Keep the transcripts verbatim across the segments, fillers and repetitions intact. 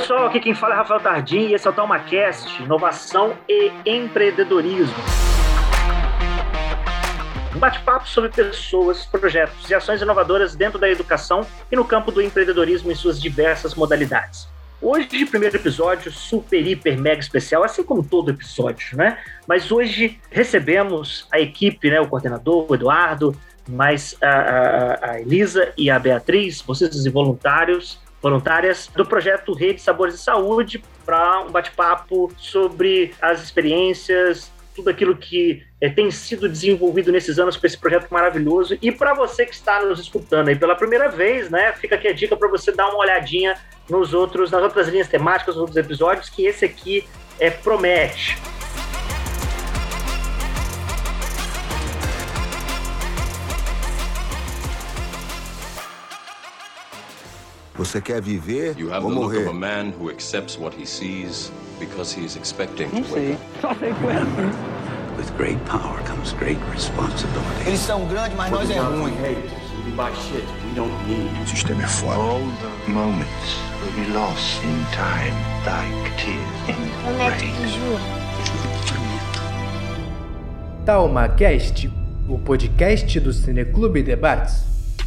pessoal, aqui quem fala é Rafael Tardim e esse é o TalmaCast, inovação e empreendedorismo. Um bate-papo sobre pessoas, projetos e ações inovadoras dentro da educação e no campo do empreendedorismo em suas diversas modalidades. Hoje, primeiro episódio, super, hiper, mega especial, assim como todo episódio, né? Mas hoje recebemos a equipe, né? O coordenador, o Eduardo, mais a, a, a Elisa e a Beatriz, vocês voluntários, voluntárias do projeto Rede Sabores de Saúde, para um bate-papo sobre as experiências, tudo aquilo que é, tem sido desenvolvido nesses anos com esse projeto maravilhoso. E para você que está nos escutando aí pela primeira vez, né, fica aqui a dica para você dar uma olhadinha nos outros, nas outras linhas temáticas, nos outros episódios, que esse aqui é, promete. Você quer viver You have ou the look morrer? of a man who accepts what he sees because he is expecting to Não wake sei, up. só sei que foi assim. With great power comes great responsibility. Eles são grandes, mas nós é ruim. O sistema é forte. All the moments will be lost in time, like tears in Prometo que rain. juro. TalmaCast, o podcast do Cineclube Debates.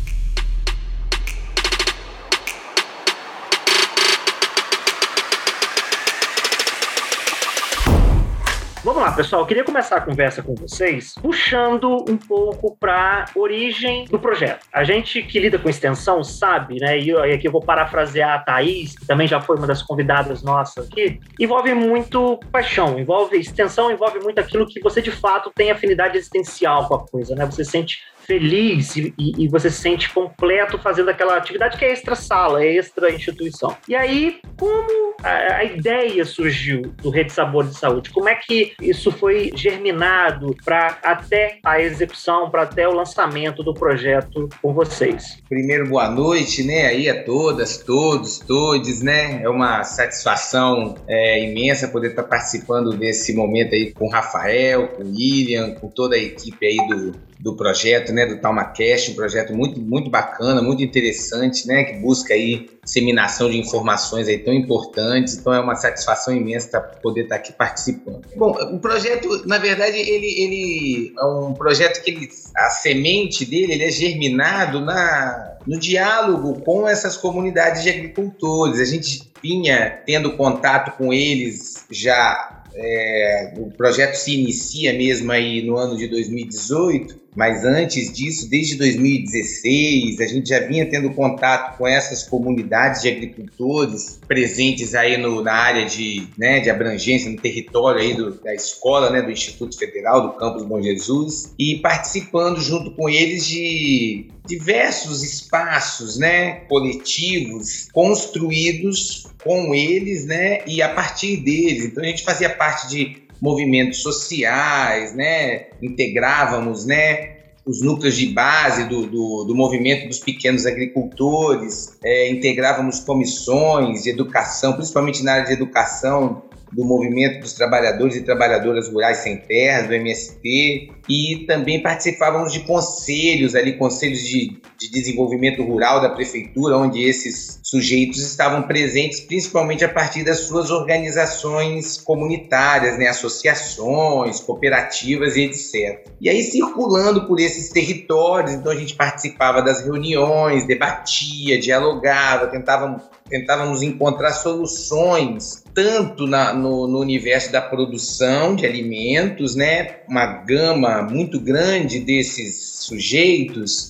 Vamos lá, pessoal. Eu queria começar a conversa com vocês puxando um pouco para a origem do projeto. A gente que lida com extensão sabe, né? E aqui eu vou parafrasear a Thaís, que também já foi uma das convidadas nossas aqui. Envolve muito paixão, envolve extensão, envolve muito aquilo que você de fato tem afinidade existencial com a coisa, né? Você sente feliz e, e, e você se sente completo fazendo aquela atividade que é extra-sala, é extra-instituição. E aí, como a, a ideia surgiu do Rede Sabores de Saúde? Como é que isso foi germinado para até a execução, para até o lançamento do projeto com vocês? Primeiro, boa noite, né, aí a todas, todos, todes, né, é uma satisfação é, imensa poder estar participando desse momento aí com o Rafael, com o William, com toda a equipe aí do, do projeto, né, do TalmaCast, um projeto muito, muito bacana, muito interessante, né, que busca aí disseminação de informações aí tão importantes, então é uma satisfação imensa poder estar aqui participando. Bom, o projeto, na verdade, ele, ele é um projeto que ele, a semente dele ele é germinado na, no diálogo com essas comunidades de agricultores. A gente vinha tendo contato com eles já, é, o projeto se inicia mesmo aí no ano de dois mil e dezoito, mas antes disso, desde dois mil e dezesseis, a gente já vinha tendo contato com essas comunidades de agricultores presentes aí no, na área de, né, de abrangência, no território aí do, da escola, né, do Instituto Federal do Campus Bom Jesus, e participando junto com eles de diversos espaços, né, coletivos construídos com eles, né, e a partir deles. Então a gente fazia parte de movimentos sociais, né? Integrávamos, né, os núcleos de base do, do, do movimento dos pequenos agricultores, é, integrávamos comissões de educação, principalmente na área de educação, do movimento dos trabalhadores e trabalhadoras rurais sem terras, do M S T, e também participávamos de conselhos, ali, conselhos de, de desenvolvimento rural da prefeitura, onde esses sujeitos estavam presentes, principalmente a partir das suas organizações comunitárias, né, associações, cooperativas e etcétera. E aí, circulando por esses territórios, então a gente participava das reuniões, debatia, dialogava, tentávamos, tentávamos encontrar soluções, tanto na, no, no universo da produção de alimentos, né, uma gama muito grande desses sujeitos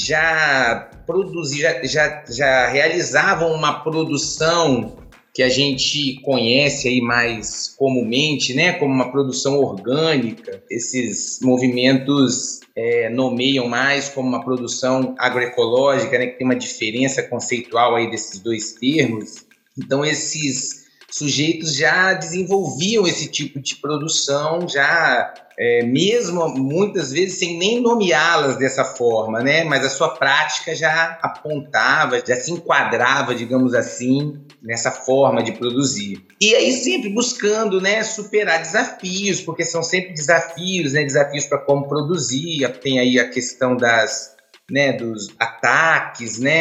já produziam, já, já, já realizavam uma produção que a gente conhece aí mais comumente, né, como uma produção orgânica. Esses movimentos é, nomeiam mais como uma produção agroecológica, né, que tem uma diferença conceitual aí desses dois termos. Então, esses sujeitos já desenvolviam esse tipo de produção, já é, mesmo muitas vezes sem nem nomeá-las dessa forma, né? Mas a sua prática já apontava, já se enquadrava, digamos assim, nessa forma de produzir. E aí sempre buscando, né, superar desafios, porque são sempre desafios, né, desafios para como produzir. Tem aí a questão das, né, dos ataques, né,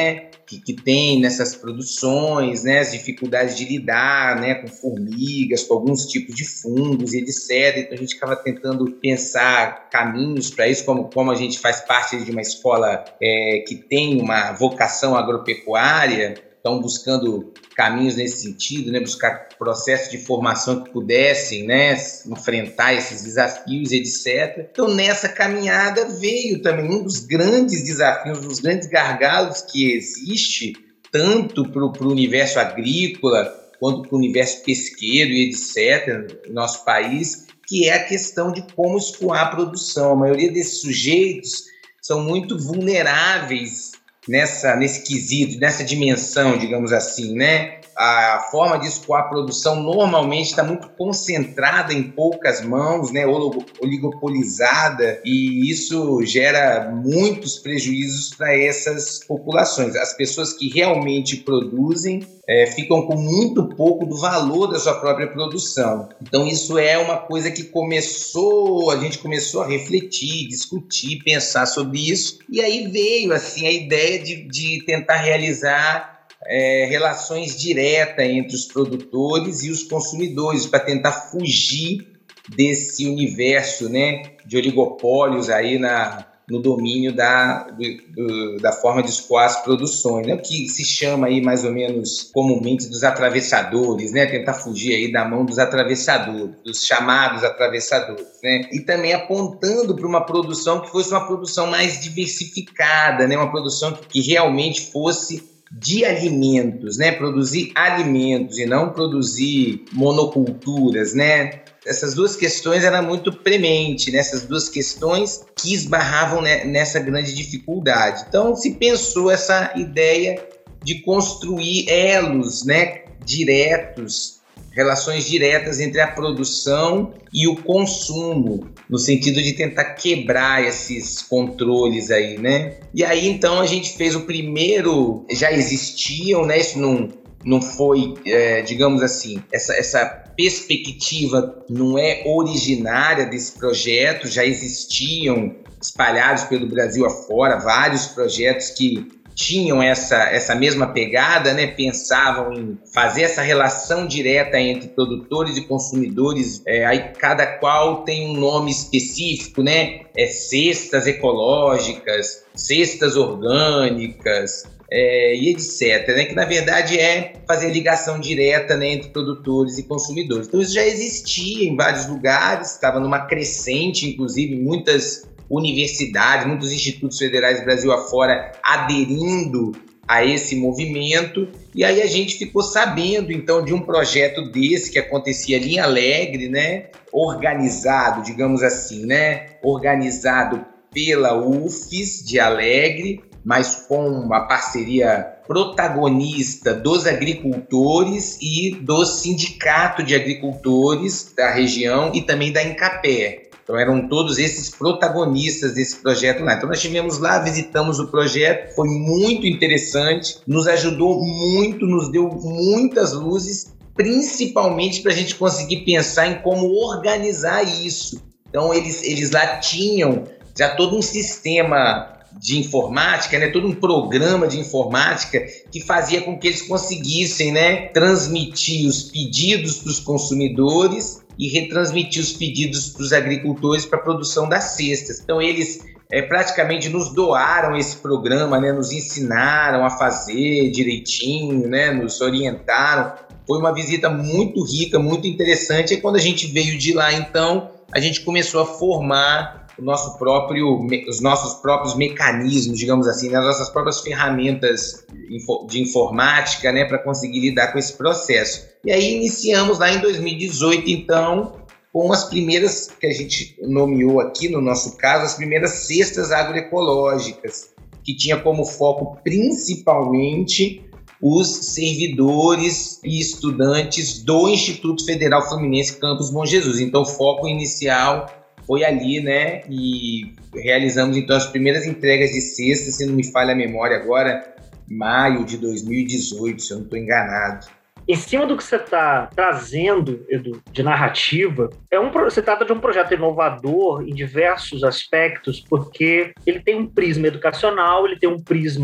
que, que tem nessas produções, né, as dificuldades de lidar, né, com formigas, com alguns tipos de fungos e etcétera. Então a gente acaba tentando pensar caminhos para isso, como, como a gente faz parte de uma escola é, que tem uma vocação agropecuária, estão buscando caminhos nesse sentido, né, buscar processos de formação que pudessem, né, enfrentar esses desafios, etcétera. Então, nessa caminhada veio também um dos grandes desafios, um dos grandes gargalos que existe, tanto para o universo agrícola quanto para o universo pesqueiro e etcétera, no nosso país, que é a questão de como escoar a produção. A maioria desses sujeitos são muito vulneráveis nessa, nesse quesito, nessa dimensão, digamos assim, né? A forma de escoar a produção normalmente está muito concentrada em poucas mãos, né, oligopolizada, e isso gera muitos prejuízos para essas populações. As pessoas que realmente produzem é, ficam com muito pouco do valor da sua própria produção. Então isso é uma coisa que começou, a gente começou a refletir, discutir, pensar sobre isso, e aí veio assim a ideia de, de tentar realizar É, relações diretas entre os produtores e os consumidores, para tentar fugir desse universo, né, de oligopólios aí na, no domínio da, do, do, da forma de escoar as produções, né, o que se chama aí mais ou menos comumente dos atravessadores, né, tentar fugir aí da mão dos atravessadores, dos chamados atravessadores, né, e também apontando para uma produção que fosse uma produção mais diversificada, né, uma produção que, que realmente fosse de alimentos, né? Produzir alimentos e não produzir monoculturas, né? Essas duas questões eram muito prementes, né? Essas duas questões que esbarravam nessa grande dificuldade. Então se pensou essa ideia de construir elos, né, diretos, relações diretas entre a produção e o consumo, no sentido de tentar quebrar esses controles aí, né? E aí, então, a gente fez o primeiro, já existiam, né? Isso não, não foi, é, digamos assim, essa, essa perspectiva não é originária desse projeto, já existiam espalhados pelo Brasil afora vários projetos que tinham essa, essa mesma pegada, né? Pensavam em fazer essa relação direta entre produtores e consumidores, é, aí cada qual tem um nome específico, né? É, cestas ecológicas, cestas orgânicas, é, e etcétera, né? Que na verdade é fazer ligação direta, né, entre produtores e consumidores. Então isso já existia em vários lugares, estava numa crescente, inclusive muitas universidades, muitos institutos federais do Brasil afora aderindo a esse movimento, e aí a gente ficou sabendo então de um projeto desse que acontecia ali em Alegre, né, organizado, digamos assim, né, organizado pela U F E S de Alegre, mas com uma parceria protagonista dos agricultores e do Sindicato de Agricultores da região e também da Incapé. Então eram todos esses protagonistas desse projeto lá. Então nós estivemos lá, visitamos o projeto, foi muito interessante, nos ajudou muito, nos deu muitas luzes, principalmente para a gente conseguir pensar em como organizar isso. Então eles, eles lá tinham já todo um sistema de informática, né, todo um programa de informática que fazia com que eles conseguissem, né, transmitir os pedidos para os consumidores e retransmitir os pedidos para os agricultores para a produção das cestas. Então eles é, praticamente nos doaram esse programa, né, nos ensinaram a fazer direitinho, né, nos orientaram. Foi uma visita muito rica, muito interessante. E quando a gente veio de lá, então, a gente começou a formar o nosso próprio, os nossos próprios mecanismos, digamos assim, né, as nossas próprias ferramentas de informática, né, para conseguir lidar com esse processo. E aí iniciamos lá em dois mil e dezoito, então, com as primeiras, que a gente nomeou aqui no nosso caso, as primeiras cestas agroecológicas, que tinha como foco principalmente os servidores e estudantes do Instituto Federal Fluminense Campus Bom Jesus. Então o foco inicial foi ali, né, e realizamos então as primeiras entregas de cestas, se não me falha a memória agora, maio de dois mil e dezoito, se eu não estou enganado. Em cima do que você está trazendo, Edu, de narrativa, é um, você trata de um projeto inovador em diversos aspectos, porque ele tem um prisma educacional, ele tem um prisma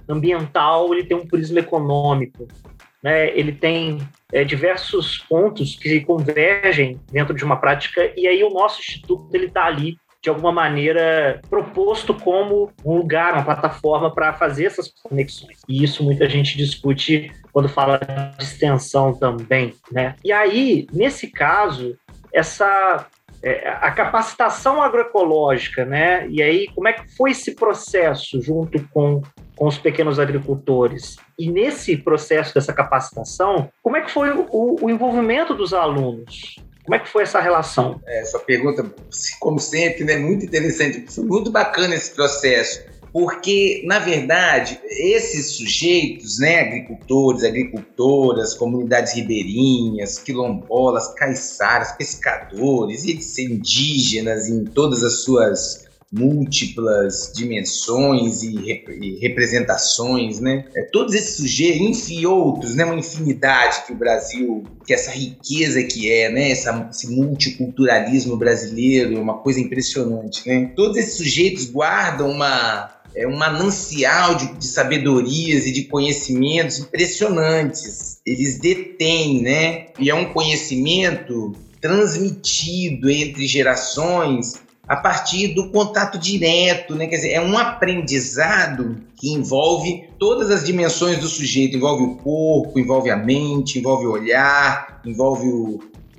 ambiental, ele tem um prisma econômico, né? Ele tem é, diversos pontos que convergem dentro de uma prática, e aí o nosso instituto está ali, de alguma maneira, proposto como um lugar, uma plataforma para fazer essas conexões. E isso muita gente discute quando fala de extensão também, né? E aí, nesse caso, essa... É, a capacitação agroecológica, né? E aí, como é que foi esse processo junto com, com os pequenos agricultores? E nesse processo dessa capacitação, como é que foi o, o envolvimento dos alunos? Como é que foi essa relação? É, sua pergunta, como sempre, né, muito interessante. Foi muito bacana esse processo, porque, na verdade, esses sujeitos, né, agricultores, agricultoras, comunidades ribeirinhas, quilombolas, caiçaras, pescadores, indígenas em todas as suas múltiplas dimensões e, rep- e representações, né? É, todos esses sujeitos, e outros, né? Uma infinidade que o Brasil, que essa riqueza que é, né? Essa, esse multiculturalismo brasileiro, uma coisa impressionante, né? Todos esses sujeitos guardam uma, é, um manancial de, de sabedorias e de conhecimentos impressionantes. Eles detêm, né? E é um conhecimento transmitido entre gerações a partir do contato direto, né? Quer dizer, é um aprendizado que envolve todas as dimensões do sujeito, envolve o corpo, envolve a mente, envolve o olhar, envolve o,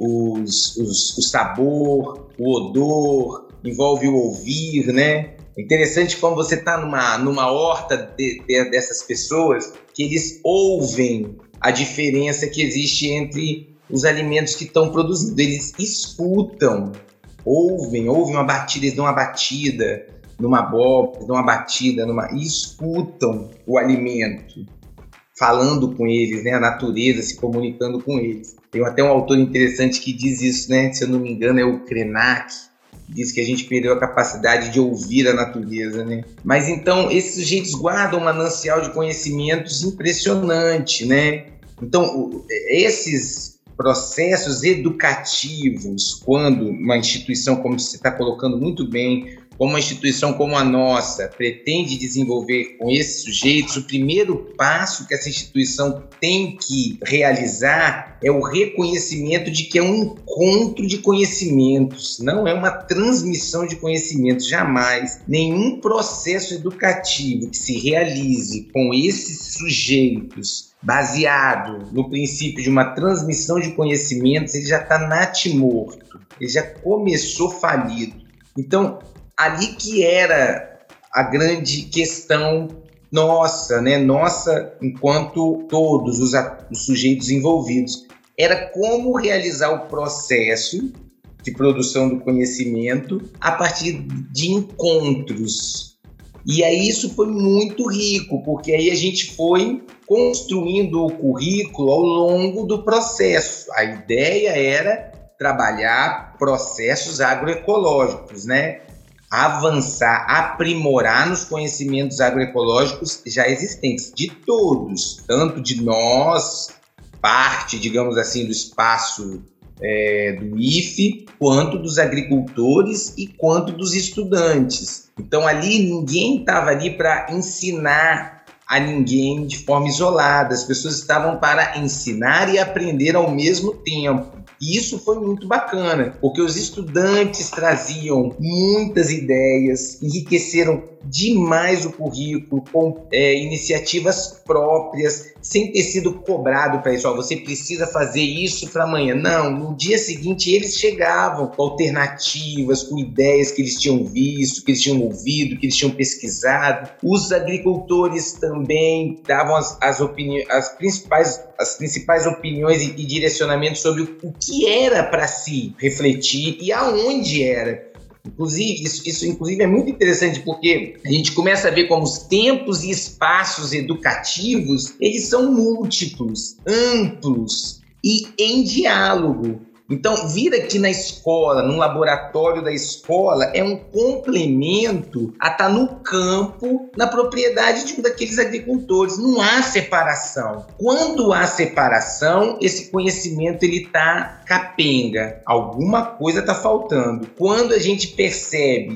os, os, o sabor, o odor, envolve o ouvir, né? É interessante quando você está numa, numa horta de, de, dessas pessoas, que eles ouvem a diferença que existe entre os alimentos que estão produzindo, eles escutam, ouvem, ouvem uma batida, eles dão uma batida numa abóbora, eles dão uma batida numa... e escutam o alimento, falando com eles, né? A natureza se comunicando com eles. Tem até um autor interessante que diz isso, né? Se eu não me engano é o Krenak, diz que a gente perdeu a capacidade de ouvir a natureza, né? Mas então, esses sujeitos guardam um manancial de conhecimentos impressionante, né? Então, esses processos educativos, quando uma instituição, como você está colocando muito bem, como uma instituição como a nossa pretende desenvolver com esses sujeitos, o primeiro passo que essa instituição tem que realizar é o reconhecimento de que é um encontro de conhecimentos, não é uma transmissão de conhecimentos, jamais. Nenhum processo educativo que se realize com esses sujeitos baseado no princípio de uma transmissão de conhecimentos, ele já está natimorto, ele já começou falido. Então, ali que era a grande questão nossa, né? Nossa, enquanto todos os, os sujeitos envolvidos, era como realizar o processo de produção do conhecimento a partir de encontros. E aí isso foi muito rico, porque aí a gente foi construindo o currículo ao longo do processo. A ideia era trabalhar processos agroecológicos, né? Avançar, aprimorar nos conhecimentos agroecológicos já existentes, de todos, tanto de nós, parte, digamos assim, do espaço é, do I F E, quanto dos agricultores e quanto dos estudantes. Então ali ninguém estava ali para ensinar a ninguém de forma isolada, as pessoas estavam para ensinar e aprender ao mesmo tempo. E isso foi muito bacana, porque os estudantes traziam muitas ideias, enriqueceram demais o currículo com é, iniciativas próprias, sem ter sido cobrado para isso. Ó, você precisa fazer isso para amanhã. Não, no dia seguinte eles chegavam com alternativas, com ideias que eles tinham visto, que eles tinham ouvido, que eles tinham pesquisado. Os agricultores também davam as, as, opini- as, principais, as principais opiniões e, e direcionamentos sobre o, o que era para se refletir e aonde era. Inclusive, isso, isso inclusive é muito interessante, porque a gente começa a ver como os tempos e espaços educativos, eles são múltiplos, amplos e em diálogo. Então, vir aqui na escola, no laboratório da escola, é um complemento a estar no campo, na propriedade de um daqueles agricultores. Não há separação. Quando há separação, esse conhecimento ele está capenga. Alguma coisa está faltando. Quando a gente percebe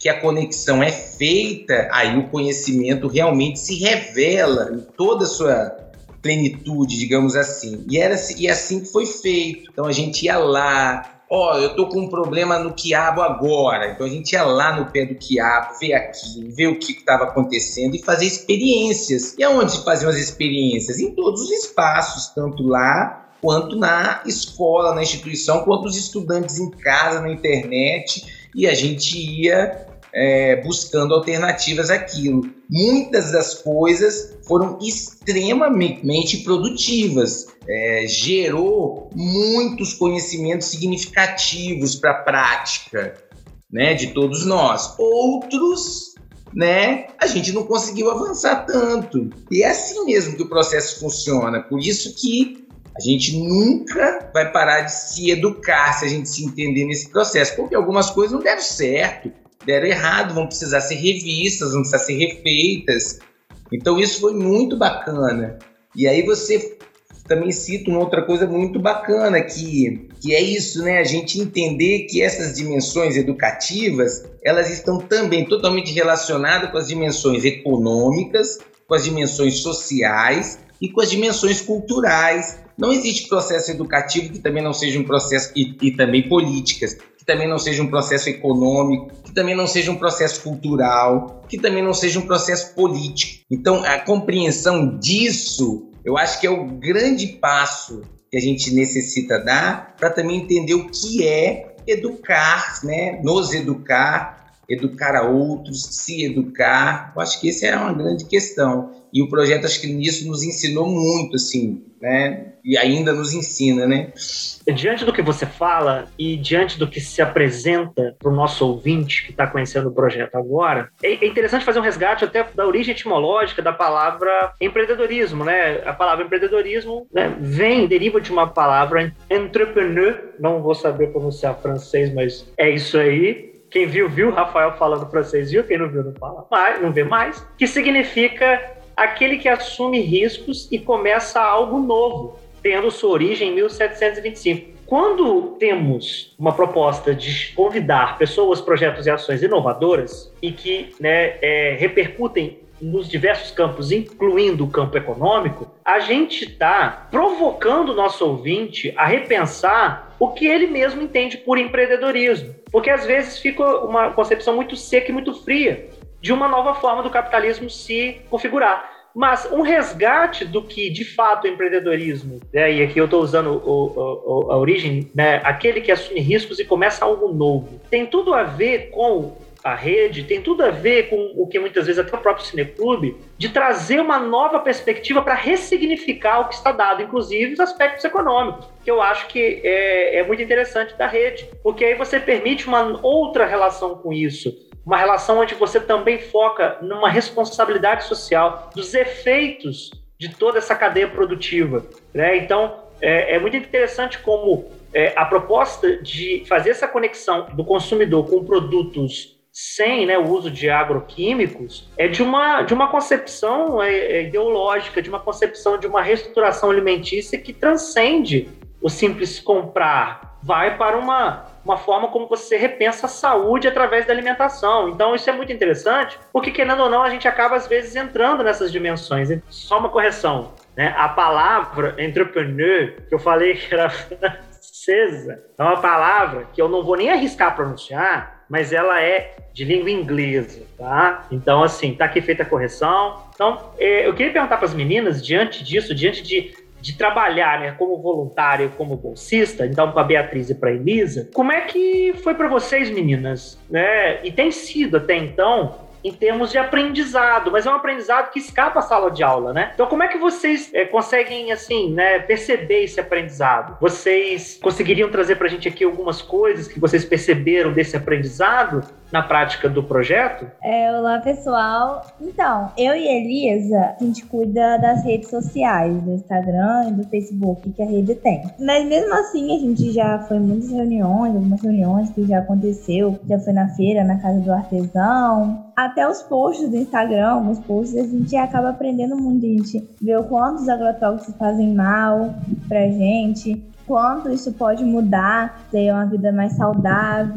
que a conexão é feita, aí o conhecimento realmente se revela em toda a sua plenitude, digamos assim. E, era, e assim que foi feito. Então a gente ia lá, ó, oh, eu tô com um problema no quiabo agora. Então a gente ia lá no pé do quiabo, ver aquilo, ver o que estava acontecendo e fazer experiências. E aonde se faziam as experiências? Em todos os espaços, tanto lá quanto na escola, na instituição, quanto os estudantes em casa, na internet. E a gente ia é, buscando alternativas àquilo. Muitas das coisas foram extremamente produtivas, é, gerou muitos conhecimentos significativos para a prática, né, de todos nós. Outros, né, a gente não conseguiu avançar tanto. E é assim mesmo que o processo funciona. Por isso que a gente nunca vai parar de se educar se a gente se entender nesse processo, porque algumas coisas não deram certo, deram errado, vão precisar ser revistas, vão precisar ser refeitas. Então isso foi muito bacana. E aí você também cita uma outra coisa muito bacana, que, que é isso, né? A gente entender que essas dimensões educativas, elas estão também totalmente relacionadas com as dimensões econômicas, com as dimensões sociais e com as dimensões culturais. Não existe processo educativo que também não seja um processo, e, e também políticas, que também não seja um processo econômico, que também não seja um processo cultural, que também não seja um processo político. Então, a compreensão disso, eu acho que é o grande passo que a gente necessita dar para também entender o que é educar, né? Nos educar, educar a outros, se educar. Eu acho que essa é uma grande questão. E o projeto, acho que nisso nos ensinou muito, assim, né? E ainda nos ensina, né? Diante do que você fala e diante do que se apresenta para o nosso ouvinte que está conhecendo o projeto agora, é interessante fazer um resgate até da origem etimológica da palavra empreendedorismo, né? A palavra empreendedorismo, né, vem, deriva de uma palavra entrepreneur, não vou saber pronunciar francês, mas é isso aí. Quem viu, viu. Rafael falando francês viu, quem não viu não fala mais, não vê mais. Que significa aquele que assume riscos e começa algo novo, tendo sua origem em mil setecentos e vinte e cinco. Quando temos uma proposta de convidar pessoas, projetos e ações inovadoras e que, né, é, repercutem nos diversos campos, incluindo o campo econômico, a gente está provocando o nosso ouvinte a repensar o que ele mesmo entende por empreendedorismo. Porque às vezes fica uma concepção muito seca e muito fria de uma nova forma do capitalismo se configurar. Mas um resgate do que, de fato, é empreendedorismo, né, e aqui eu estou usando o, o, a origem, né, aquele que assume riscos e começa algo novo, tem tudo a ver com a rede, tem tudo a ver com o que muitas vezes até o próprio Cineclube, de trazer uma nova perspectiva para ressignificar o que está dado, inclusive os aspectos econômicos, que eu acho que é, é muito interessante da rede, porque aí você permite uma outra relação com isso, uma relação onde você também foca numa responsabilidade social dos efeitos de toda essa cadeia produtiva, né? Então, é, é muito interessante como é, a proposta de fazer essa conexão do consumidor com produtos sem, né, o uso de agroquímicos é de uma, de uma concepção é, ideológica, de uma concepção de uma reestruturação alimentícia que transcende o simples comprar, vai para uma, uma forma como você repensa a saúde através da alimentação. Então isso é muito interessante, porque querendo ou não a gente acaba às vezes entrando nessas dimensões. Só uma correção, né? A palavra entrepreneur, que eu falei que era francesa, é uma palavra que eu não vou nem arriscar pronunciar, mas ela é de língua inglesa, tá? Então, assim, tá aqui feita a correção. Então, eu queria perguntar para as meninas, diante disso, diante de, de trabalhar, né, como voluntária, como bolsista, então com a Beatriz e para a Elisa, como é que foi para vocês, meninas, né? E tem sido até então, em termos de aprendizado, mas é um aprendizado que escapa a sala de aula, né? Então, como é que vocês é, conseguem, assim, né, perceber esse aprendizado? Vocês conseguiriam trazer pra gente aqui algumas coisas que vocês perceberam desse aprendizado na prática do projeto? É, olá, pessoal. Então, eu e a Elisa, a gente cuida das redes sociais, do Instagram e do Facebook que a rede tem. Mas mesmo assim, a gente já foi em muitas reuniões, algumas reuniões que já aconteceu, já foi na feira, na Casa do Artesão, até os posts do Instagram, alguns posts, a gente acaba aprendendo muito. A gente vê o quanto os agrotóxicos fazem mal pra gente, quanto isso pode mudar, ter uma vida mais saudável.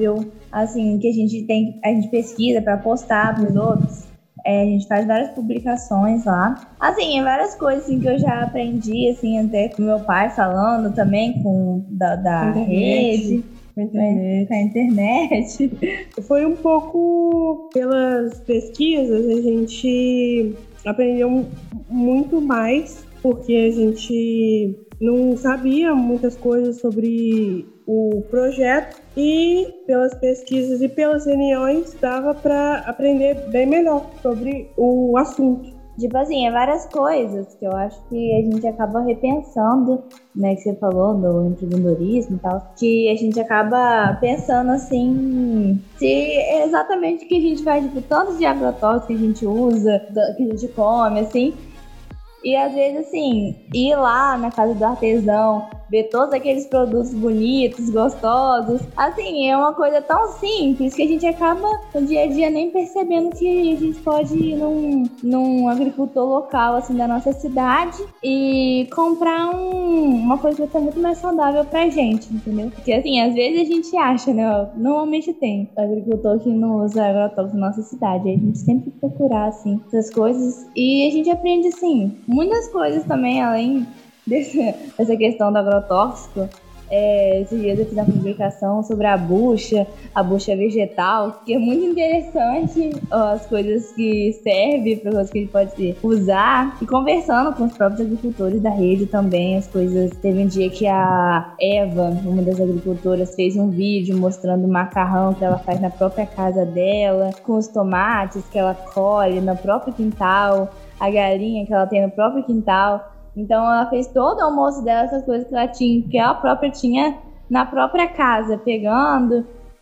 assim, que a gente tem, a gente pesquisa para postar para os outros. É, a gente faz várias publicações lá. Assim, várias coisas assim, que eu já aprendi, assim, até com meu pai falando também, com da, da rede, com a internet. com a internet. Foi um pouco pelas pesquisas, a gente aprendeu muito mais, porque a gente não sabia muitas coisas sobre o projeto e pelas pesquisas e pelas reuniões dava para aprender bem melhor sobre o assunto. Tipo assim, é várias coisas que eu acho que a gente acaba repensando, né, que você falou do empreendedorismo e tal, que a gente acaba pensando assim, se é exatamente o que a gente faz, tipo, tantos de agrotóxicos que a gente usa, que a gente come, assim. E às vezes, assim, ir lá na casa do artesão, ver todos aqueles produtos bonitos, gostosos, assim, é uma coisa tão simples que a gente acaba no dia a dia nem percebendo que a gente pode ir num, num agricultor local, assim, da nossa cidade e comprar um, uma coisa que vai ser muito mais saudável pra gente, entendeu? Porque, assim, às vezes a gente acha, né, ó, normalmente tem agricultor que não usa agrotóxico na nossa cidade, aí a gente sempre procurar, assim, essas coisas e a gente aprende, assim, muitas coisas também, além desse, dessa questão do agrotóxico. É, esses dias eu fiz uma publicação sobre a bucha, a bucha vegetal, que é muito interessante, ó, as coisas que servem, para coisas que a gente pode usar, e conversando com os próprios agricultores da rede também, as coisas. Teve um dia que a Eva, uma das agricultoras, fez um vídeo mostrando o macarrão que ela faz na própria casa dela, com os tomates que ela colhe no próprio quintal, a galinha que ela tem no próprio quintal. Então ela fez todo o almoço dela, essas coisas que ela tinha, que ela própria tinha na própria casa, pegando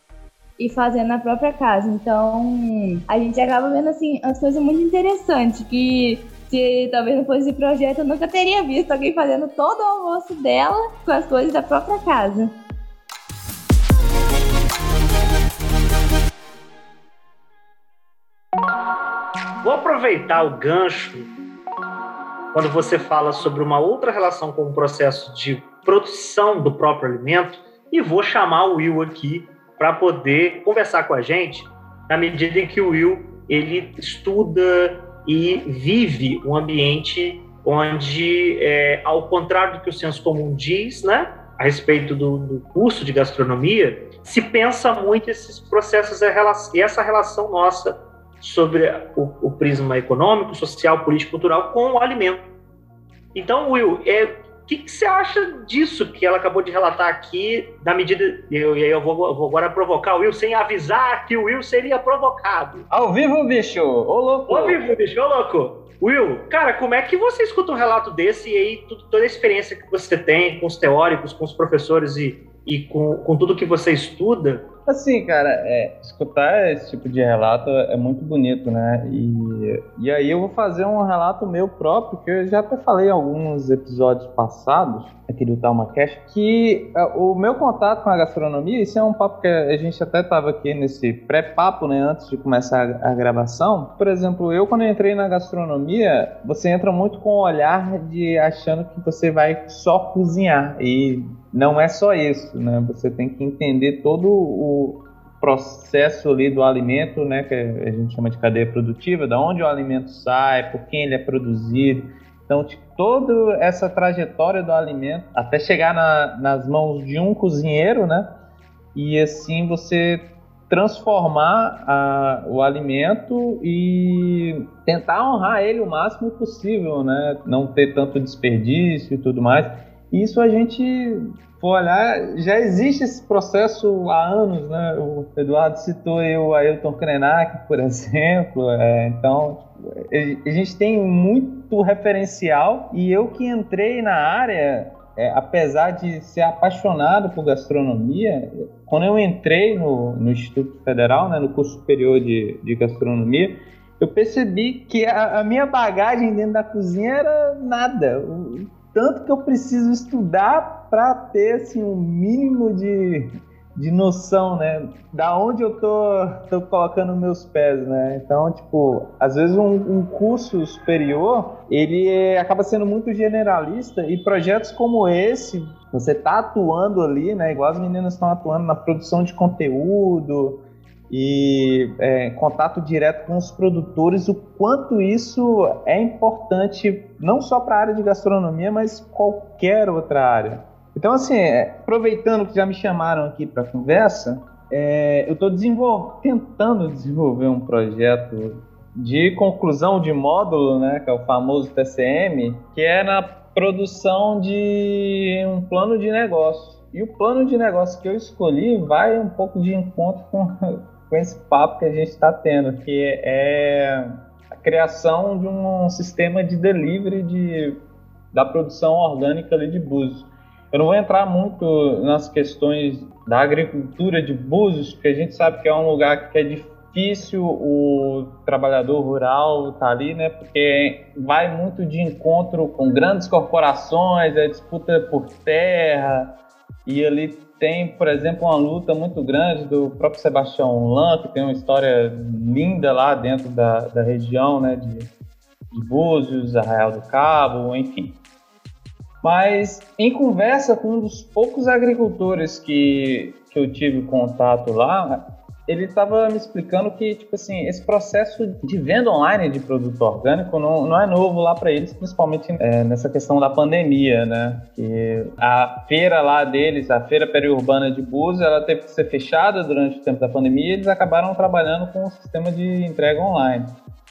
e fazendo na própria casa. Então a gente acaba vendo assim as coisas muito interessantes, que se talvez não fosse esse projeto eu nunca teria visto alguém fazendo todo o almoço dela com as coisas da própria casa. Vou aproveitar o gancho quando você fala sobre uma outra relação com o processo de produção do próprio alimento e vou chamar o Will aqui para poder conversar com a gente na medida em que o Will ele estuda e vive um ambiente onde, é, ao contrário do que o senso comum diz, né, a respeito do, do curso de gastronomia, se pensa muito esses processos e essa relação nossa sobre o, o prisma econômico, social, político, cultural com o alimento. Então, Will, é, o que, que você acha disso que ela acabou de relatar aqui, na medida... E eu, eu vou, vou agora provocar o Will sem avisar que o Will seria provocado. Ao vivo, bicho! Ô, louco! Ao vivo, bicho! Ô, louco! Will, cara, como é que você escuta um relato desse e aí tudo, toda a experiência que você tem com os teóricos, com os professores e, e com, com tudo que você estuda? Assim, cara, é, escutar esse tipo de relato é muito bonito, né? E, e aí eu vou fazer um relato meu próprio, que eu já até falei em alguns episódios passados aqui do TalmaCast, que uh, o meu contato com a gastronomia, isso é um papo que a gente até estava aqui nesse pré-papo, né, antes de começar a, a gravação. Por exemplo, eu quando eu entrei na gastronomia, você entra muito com o olhar de achando que você vai só cozinhar, e não é só isso, né? Você tem que entender todo o processo ali do alimento, né, que a gente chama de cadeia produtiva, da onde o alimento sai, por quem ele é produzido. Então, tipo, toda essa trajetória do alimento até chegar na, nas mãos de um cozinheiro, né, e assim você transformar a, o alimento e tentar honrar ele o máximo possível, né, não ter tanto desperdício e tudo mais. Isso a gente for olhar, já existe esse processo há anos, né? O Eduardo citou aí o Ailton Krenak, por exemplo. É, então, a gente tem muito referencial, e eu que entrei na área, é, apesar de ser apaixonado por gastronomia, quando eu entrei no, no Instituto Federal, né, no curso superior de, de gastronomia, eu percebi que a, a minha bagagem dentro da cozinha era nada. O, tanto que eu preciso estudar para ter assim, um mínimo de, de noção, né? Da onde eu tô, tô colocando meus pés, né? Então, tipo, às vezes um, um curso superior, ele é, acaba sendo muito generalista e projetos como esse, você tá atuando ali, né? Igual as meninas estão atuando na produção de conteúdo e é, contato direto com os produtores, o quanto isso é importante não só para a área de gastronomia, mas qualquer outra área. Então, assim, aproveitando que já me chamaram aqui para a conversa, é, eu estou desenvol- tentando desenvolver um projeto de conclusão de módulo, né, que é o famoso T C M, que é na produção de um plano de negócio. E o plano de negócio que eu escolhi vai um pouco de encontro com, com esse papo que a gente está tendo, que é a criação de um sistema de delivery de, da produção orgânica ali de Búzios. Eu não vou entrar muito nas questões da agricultura de Búzios, porque a gente sabe que é um lugar que é difícil o trabalhador rural estar ali, né? Porque vai muito de encontro com grandes corporações, é disputa por terra, e ali tem, por exemplo, uma luta muito grande do próprio Sebastião Lan, que tem uma história linda lá dentro da, da região, né? De, de Búzios, Arraial do Cabo, enfim. Mas em conversa com um dos poucos agricultores que, que eu tive contato lá, ele estava me explicando que, tipo assim, esse processo de venda online de produto orgânico não, não é novo lá para eles, principalmente é, nessa questão da pandemia, né? Que a feira lá deles, a feira periurbana de Búzios, ela teve que ser fechada durante o tempo da pandemia e eles acabaram trabalhando com um sistema de entrega online.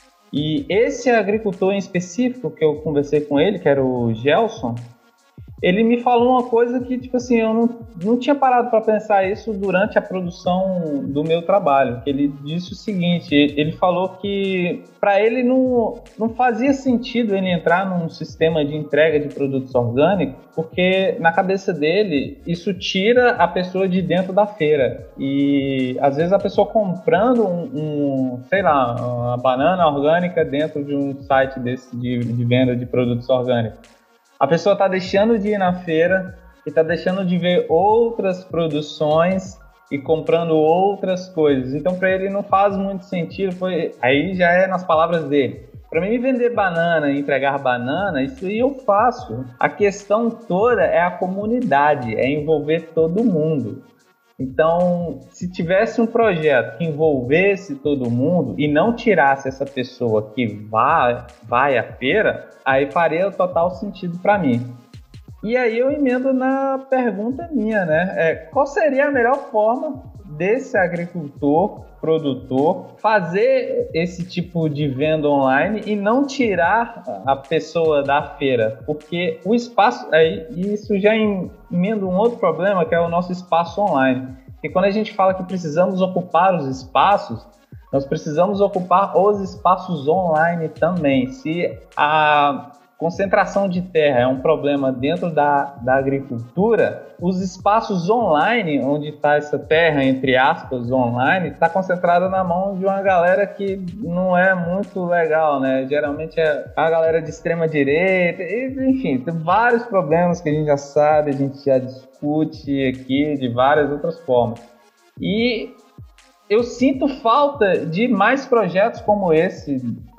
E esse agricultor em específico que eu conversei com ele, que era o Gelson, ele me falou uma coisa que, tipo assim, eu não, não tinha parado para pensar isso durante a produção do meu trabalho. Ele disse o seguinte, ele falou que para ele não, não fazia sentido ele entrar num sistema de entrega de produtos orgânicos, porque na cabeça dele isso tira a pessoa de dentro da feira. E às vezes a pessoa comprando um, um sei lá, uma banana orgânica dentro de um site desse de, de venda de produtos orgânicos, a pessoa está deixando de ir na feira e está deixando de ver outras produções e comprando outras coisas. Então, para ele não faz muito sentido. Foi... Aí já é nas palavras dele. Para mim, vender banana e entregar banana, isso aí eu faço. A questão toda é a comunidade, é envolver todo mundo. Então, se tivesse um projeto que envolvesse todo mundo e não tirasse essa pessoa que vai, vai à feira, aí faria total sentido para mim. E aí eu emendo na pergunta minha, né? É, qual seria a melhor forma desse agricultor, produtor, fazer esse tipo de venda online e não tirar a pessoa da feira? Porque o espaço, aí, isso já emenda um outro problema, que é o nosso espaço online. Porque quando a gente fala que precisamos ocupar os espaços, nós precisamos ocupar os espaços online também. Se a concentração de terra é um problema dentro da, da agricultura, os espaços online, onde está essa terra, entre aspas, online, está concentrada na mão de uma galera que não é muito legal, né? Geralmente é a galera de extrema direita, enfim, tem vários problemas que a gente já sabe, a gente já discute aqui de várias outras formas. E eu sinto falta de mais projetos como esse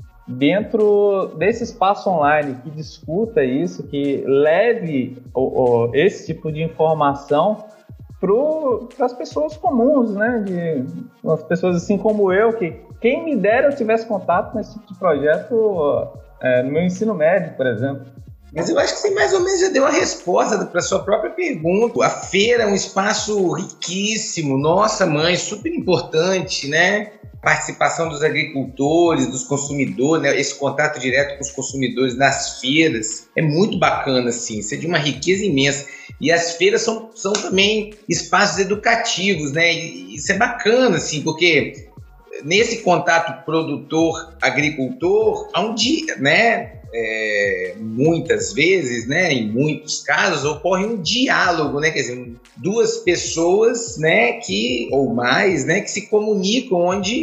dentro desse espaço online, que discuta isso, que leve o, o, esse tipo de informação para as pessoas comuns, né? De as pessoas assim como eu, que quem me dera eu tivesse contato com esse tipo de projeto é, no meu ensino médio, por exemplo. Mas eu acho que você mais ou menos já deu a resposta para a sua própria pergunta. A feira é um espaço riquíssimo, nossa mãe, super importante, né? Participação dos agricultores, dos consumidores, né? Esse contato direto com os consumidores nas feiras é muito bacana, assim, isso é de uma riqueza imensa. E as feiras são, são também espaços educativos, né? E isso é bacana, assim, porque nesse contato produtor-agricultor, onde, né? É, muitas vezes, né, em muitos casos, ocorre um diálogo, né, quer dizer, duas pessoas, né, que, ou mais, né, que se comunicam, onde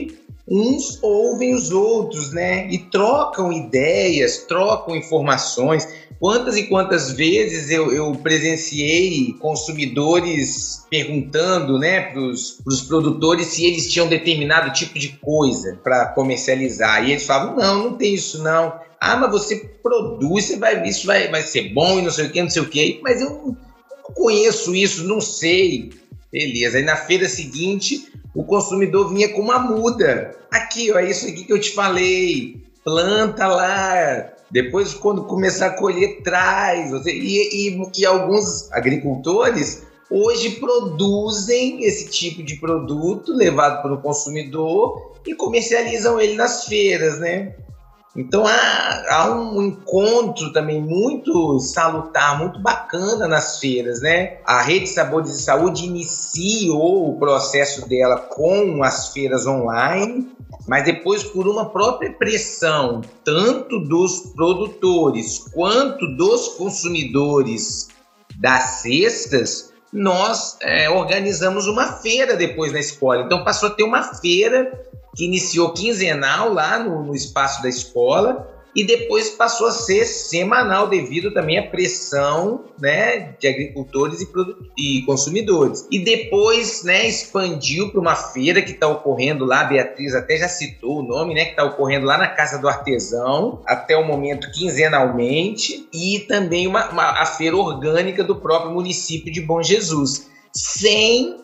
uns ouvem os outros, né? E trocam ideias, trocam informações. Quantas e quantas vezes eu, eu presenciei consumidores perguntando, né, para os produtores se eles tinham determinado tipo de coisa para comercializar. E eles falavam, não, não tem isso não. Ah, mas você produz, você vai, isso vai, vai ser bom e não sei o que, não sei o que. Mas eu não, não conheço isso, não sei. Beleza, aí na feira seguinte o consumidor vinha com uma muda. Aqui, ó, isso aqui que eu te falei. Planta lá. Depois, quando começar a colher, traz. E, e, e alguns agricultores hoje produzem esse tipo de produto levado para o consumidor e comercializam ele nas feiras, né? Então há, há um encontro também muito salutar, muito bacana nas feiras, né? A Rede Sabores e Saúde iniciou o processo dela com as feiras online, mas depois, por uma própria pressão, tanto dos produtores quanto dos consumidores das cestas, nós é, organizamos uma feira depois na escola. Então passou a ter uma feira que iniciou quinzenal lá no, no espaço da escola e depois passou a ser semanal devido também à pressão, né, de agricultores e, e consumidores. E depois, né, expandiu para uma feira que está ocorrendo lá, a Beatriz até já citou o nome, né, que está ocorrendo lá na Casa do Artesão, até o momento quinzenalmente, e também uma, uma, a feira orgânica do próprio município de Bom Jesus, sem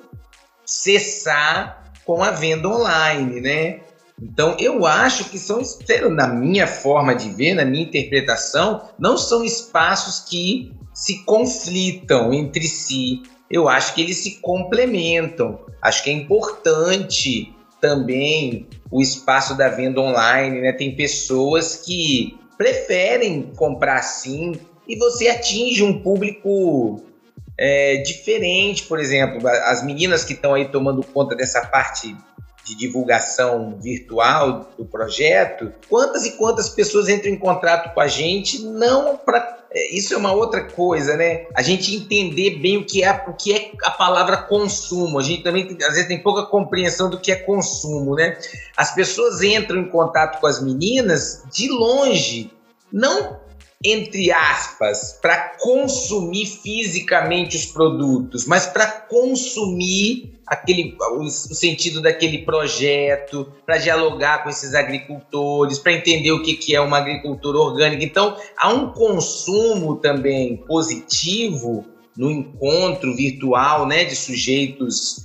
cessar com a venda online, né? Então, eu acho que são, na minha forma de ver, na minha interpretação, não são espaços que se conflitam entre si. Eu acho que eles se complementam. Acho que é importante também o espaço da venda online, né? Tem pessoas que preferem comprar sim e você atinge um público É, diferente, por exemplo, as meninas que estão aí tomando conta dessa parte de divulgação virtual do projeto, quantas e quantas pessoas entram em contato com a gente, não para... Isso é uma outra coisa, né? A gente entender bem o que é, o que é a palavra consumo. A gente também, às vezes, tem pouca compreensão do que é consumo, né? As pessoas entram em contato com as meninas de longe, não entre aspas, para consumir fisicamente os produtos, mas para consumir aquele, o, o sentido daquele projeto, para dialogar com esses agricultores, para entender o que, que é uma agricultura orgânica. Então, há um consumo também positivo no encontro virtual, né, de sujeitos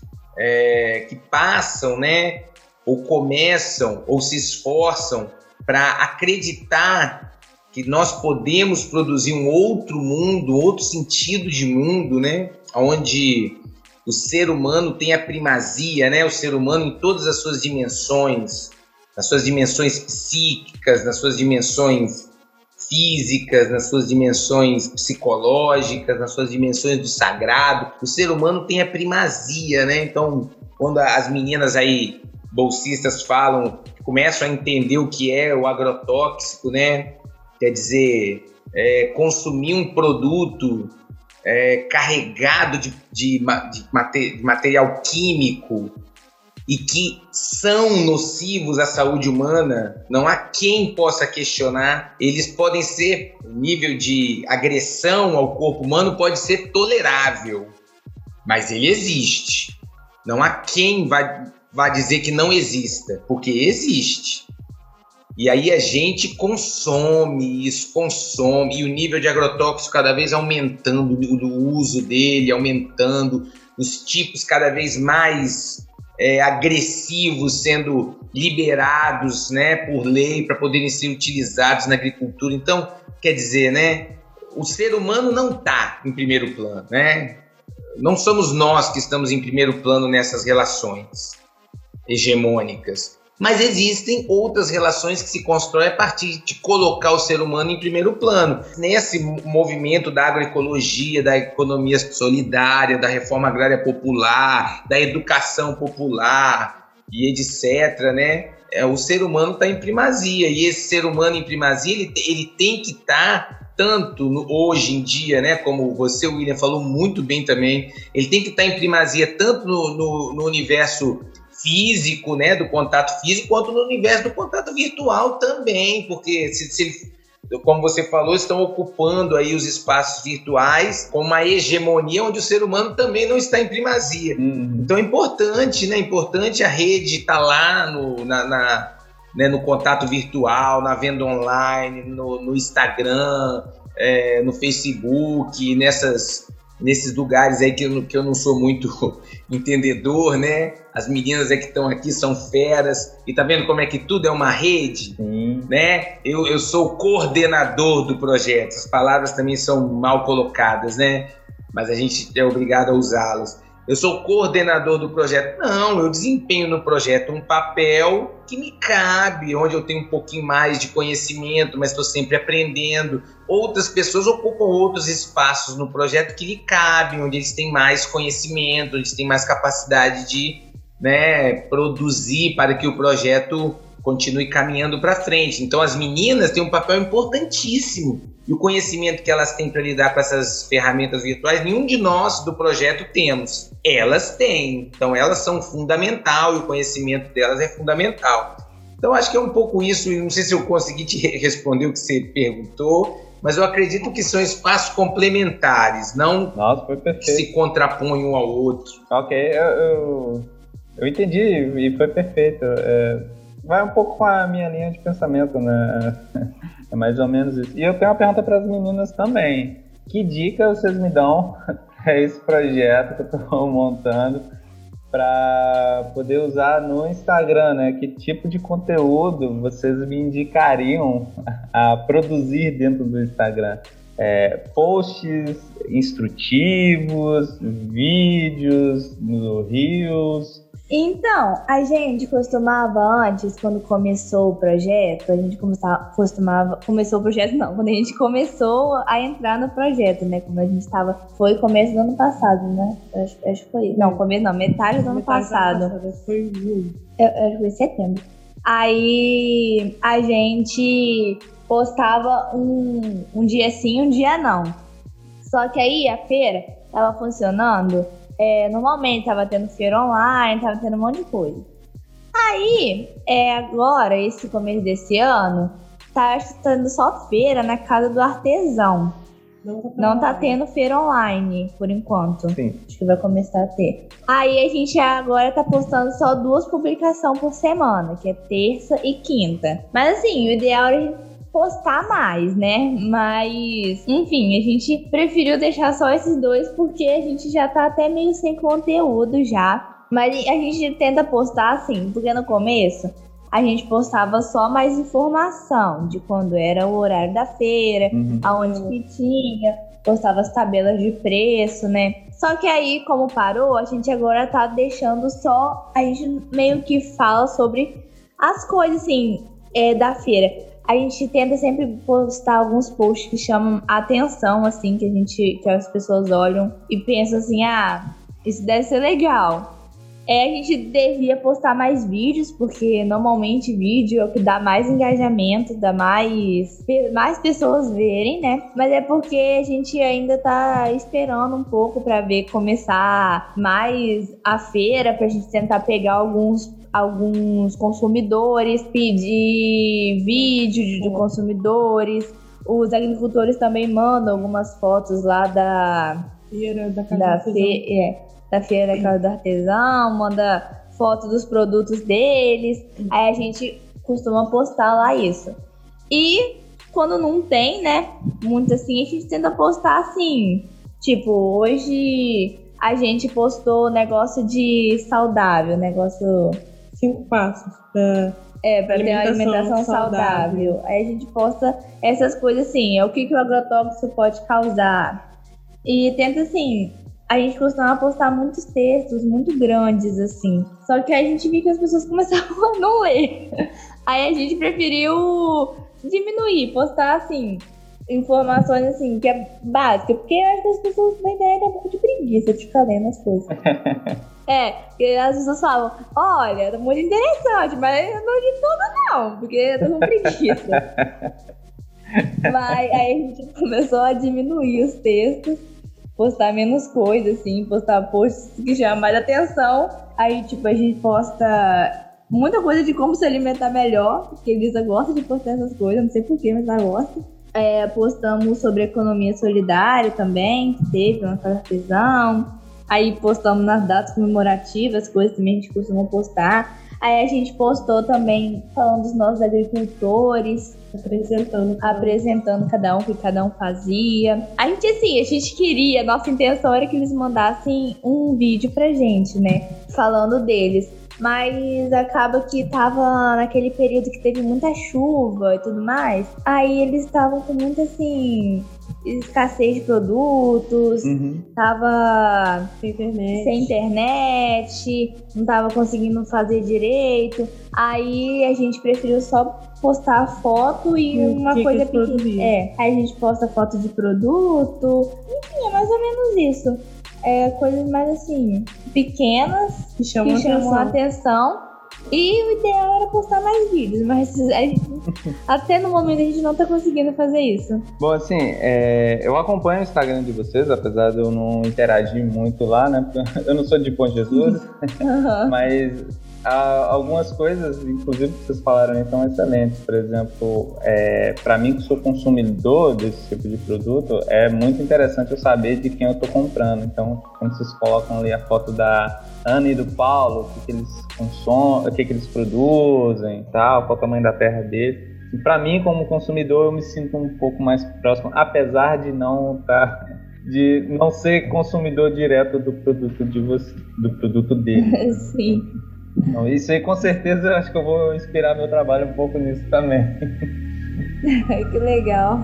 é, que passam, né, ou começam, ou se esforçam para acreditar que nós podemos produzir um outro mundo, outro sentido de mundo, né? Onde o ser humano tem a primazia, né? O ser humano em todas as suas dimensões, nas suas dimensões psíquicas, nas suas dimensões físicas, nas suas dimensões psicológicas, nas suas dimensões do sagrado. O ser humano tem a primazia, né? Então, quando as meninas aí, bolsistas, falam, começam a entender o que é o agrotóxico, né? Quer dizer, é, consumir um produto é, carregado de, de, de, mate, de material químico e que são nocivos à saúde humana, não há quem possa questionar. Eles podem ser, o nível de agressão ao corpo humano pode ser tolerável, mas ele existe. Não há quem vai, vai dizer que não exista, porque existe. E aí a gente consome isso, consome, e o nível de agrotóxico cada vez aumentando, o uso dele aumentando, os tipos cada vez mais é, agressivos sendo liberados, né, por lei para poderem ser utilizados na agricultura. Então, quer dizer, né, o ser humano não está em primeiro plano, né? Não somos nós que estamos em primeiro plano nessas relações hegemônicas. Mas existem outras relações que se constroem a partir de colocar o ser humano em primeiro plano. Nesse movimento da agroecologia, da economia solidária, da reforma agrária popular, da educação popular e etcétera, né? É, o ser humano está em primazia. E esse ser humano em primazia, ele, ele tem que estar... Tá tanto no, hoje em dia, né, como você, William, falou muito bem também, ele tem que estar em primazia tanto no, no, no universo físico, né, do contato físico, quanto no universo do contato virtual também, porque se, se como você falou, estão ocupando aí os espaços virtuais com uma hegemonia onde o ser humano também não está em primazia. Uhum. Então é importante, né? É importante a rede estar lá no, na, na, né, no contato virtual, na venda online, no, no Instagram, é, no Facebook, nessas, nesses lugares aí que eu, que eu não sou muito entendedor, né? As meninas é que estão aqui são feras. E tá vendo como é que tudo é uma rede? Sim. Né? Eu, eu sou o coordenador do projeto. As palavras também são mal colocadas, né? Mas a gente é obrigado a usá-las. Eu sou o coordenador do projeto. Não, eu desempenho no projeto um papel que me cabe, onde eu tenho um pouquinho mais de conhecimento, mas estou sempre aprendendo. Outras pessoas ocupam outros espaços no projeto que lhe cabem, onde eles têm mais conhecimento, onde eles têm mais capacidade de, né, produzir para que o projeto continue caminhando para frente. Então as meninas têm um papel importantíssimo. E o conhecimento que elas têm para lidar com essas ferramentas virtuais, nenhum de nós do projeto temos. Elas têm. Então elas são fundamental e o conhecimento delas é fundamental. Então acho que é um pouco isso, e não sei se eu consegui te responder o que você perguntou, mas eu acredito que são espaços complementares, não Nossa, foi perfeito. Que se contrapõem um ao outro. Ok, eu, eu, eu entendi e foi perfeito. É, vai um pouco com a minha linha de pensamento, né? É mais ou menos isso. E eu tenho uma pergunta para as meninas também. Que dica vocês me dão para esse projeto que eu estou montando para poder usar no Instagram, né? Que tipo de conteúdo vocês me indicariam a produzir dentro do Instagram? É, posts instrutivos, vídeos no Reels. Então, a gente costumava antes, quando começou o projeto, a gente começava, costumava, começou o projeto não, quando a gente começou a entrar no projeto, né, como a gente estava, foi começo do ano passado, né, acho, acho que foi, não, começo não, metade do ano Metade passado. Da passada, foi em julho. Eu, eu acho que foi em setembro. Aí, a gente postava um, um dia sim, um dia não. Só que aí, a feira tava funcionando. É, normalmente tava tendo feira online, tava tendo um monte de coisa. Aí, é, agora, esse começo desse ano, tá tendo só feira na casa do artesão. Não tá, Não tá tendo feira online, por enquanto. Sim. Acho que vai começar a ter. Aí a gente agora tá postando só duas publicações por semana, que é terça e quinta. Mas assim, o ideal é a gente postar mais, né? Mas, enfim, a gente preferiu deixar só esses dois porque a gente já tá até meio sem conteúdo já. Mas a gente tenta postar assim, porque no começo a gente postava só mais informação de quando era o horário da feira, uhum. aonde que tinha, postava as tabelas de preço, né? Só que aí, como parou, a gente agora tá deixando só, a gente meio que fala sobre as coisas, assim, é, da feira. A gente tenta sempre postar alguns posts que chamam a atenção, assim, que a gente, que as pessoas olham e pensam assim, ah, isso deve ser legal. É, a gente devia postar mais vídeos, porque normalmente vídeo é o que dá mais engajamento, dá mais, mais pessoas verem, né? Mas é porque a gente ainda tá esperando um pouco pra ver começar mais a feira, pra gente tentar pegar alguns alguns consumidores, pedir vídeo de, de consumidores. Os agricultores também mandam algumas fotos lá da feira da casa da, do fe, é, da feira da casa do artesão, manda foto dos produtos deles. Aí a gente costuma postar lá isso. E quando não tem, né, muito assim, a gente tenta postar assim, tipo, hoje a gente postou negócio de saudável, negócio cinco passos para é, para ter uma alimentação saudável. saudável. Aí a gente posta essas coisas assim, é o que, que o agrotóxico pode causar. E tenta assim, a gente costuma postar muitos textos muito grandes assim. Só que aí a gente viu que as pessoas começavam a não ler. Aí a gente preferiu diminuir, postar assim, informações assim, que é básica, porque eu acho que as pessoas na internet têm um pouco de preguiça de ficar lendo as coisas. É, porque as pessoas falam, olha, tá muito interessante, mas eu não li tudo não, porque eu tô com preguiça. Mas aí a gente começou a diminuir os textos, postar menos coisas, assim, postar posts que chamam mais atenção Aí, tipo, a gente posta muita coisa de como se alimentar melhor, porque a Elisa gosta de postar essas coisas, não sei porquê, mas ela gosta. É, postamos sobre economia solidária também, que teve na Casa Artesão. Aí postamos nas datas comemorativas, coisas também a gente costuma postar. Aí a gente postou também falando dos nossos agricultores, apresentando, apresentando cada um, o que cada um fazia. A gente, assim, a gente queria, a nossa intenção era que eles mandassem um vídeo pra gente, né, falando deles. Mas acaba que tava naquele período que teve muita chuva e tudo mais. Aí eles estavam com muita, assim, escassez de produtos. Uhum. Tava sem internet. sem internet, não tava conseguindo fazer direito. Aí a gente preferiu só postar a foto e hum, uma que coisa pequena. É, aí a gente posta foto de produto. Enfim, é mais ou menos isso. É, coisas mais assim, pequenas, que chamam, que chamam atenção. a atenção. E o ideal era postar mais vídeos, mas a gente, até no momento a gente não tá conseguindo fazer isso. Bom, assim, é, eu acompanho o Instagram de vocês, apesar de eu não interagir muito lá, né? Porque eu não sou de Bom Jesus, uhum. Mas há algumas coisas, inclusive, que vocês falaram aí, são excelentes. Por exemplo, é, para mim, que sou consumidor desse tipo de produto, é muito interessante eu saber de quem eu tô comprando. Então, quando vocês colocam ali a foto da Ana e do Paulo, o que, que eles consomem, o que, que eles produzem, tal, qual é o tamanho da terra deles. E para mim, como consumidor, eu me sinto um pouco mais próximo, apesar de não tá, de não ser consumidor direto do produto de você, do produto dele. Sim. Então, isso aí, com certeza, eu acho que eu vou inspirar meu trabalho um pouco nisso também. Que legal.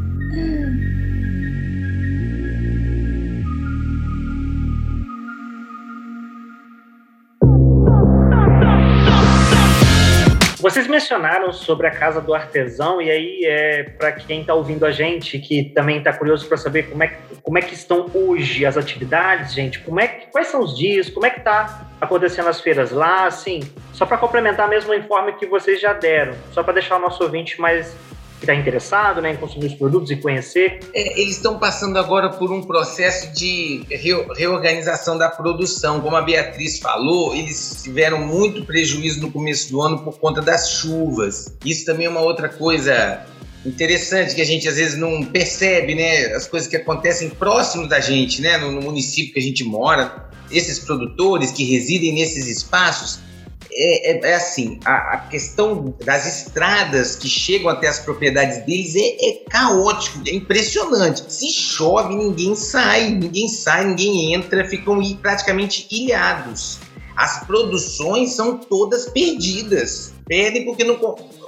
Vocês mencionaram sobre a Casa do Artesão, e aí, é, para quem está ouvindo a gente, que também está curioso para saber como é, como é que estão hoje as atividades, gente, como é que, quais são os dias, como é que está acontecendo as feiras lá, assim, só para complementar mesmo o informe que vocês já deram, só para deixar o nosso ouvinte mais que está interessado, né, em consumir os produtos e conhecer. É, eles estão passando agora por um processo de reorganização da produção. Como a Beatriz falou, eles tiveram muito prejuízo no começo do ano por conta das chuvas. Isso também é uma outra coisa interessante que a gente às vezes não percebe, né? As coisas que acontecem próximo da gente, né? No, no município que a gente mora. Esses produtores que residem nesses espaços, É, é, é assim, a, a questão das estradas que chegam até as propriedades deles é, é caótico, é impressionante. Se chove, ninguém sai, ninguém sai, ninguém entra, ficam praticamente ilhados. As produções são todas perdidas, perdem porque não,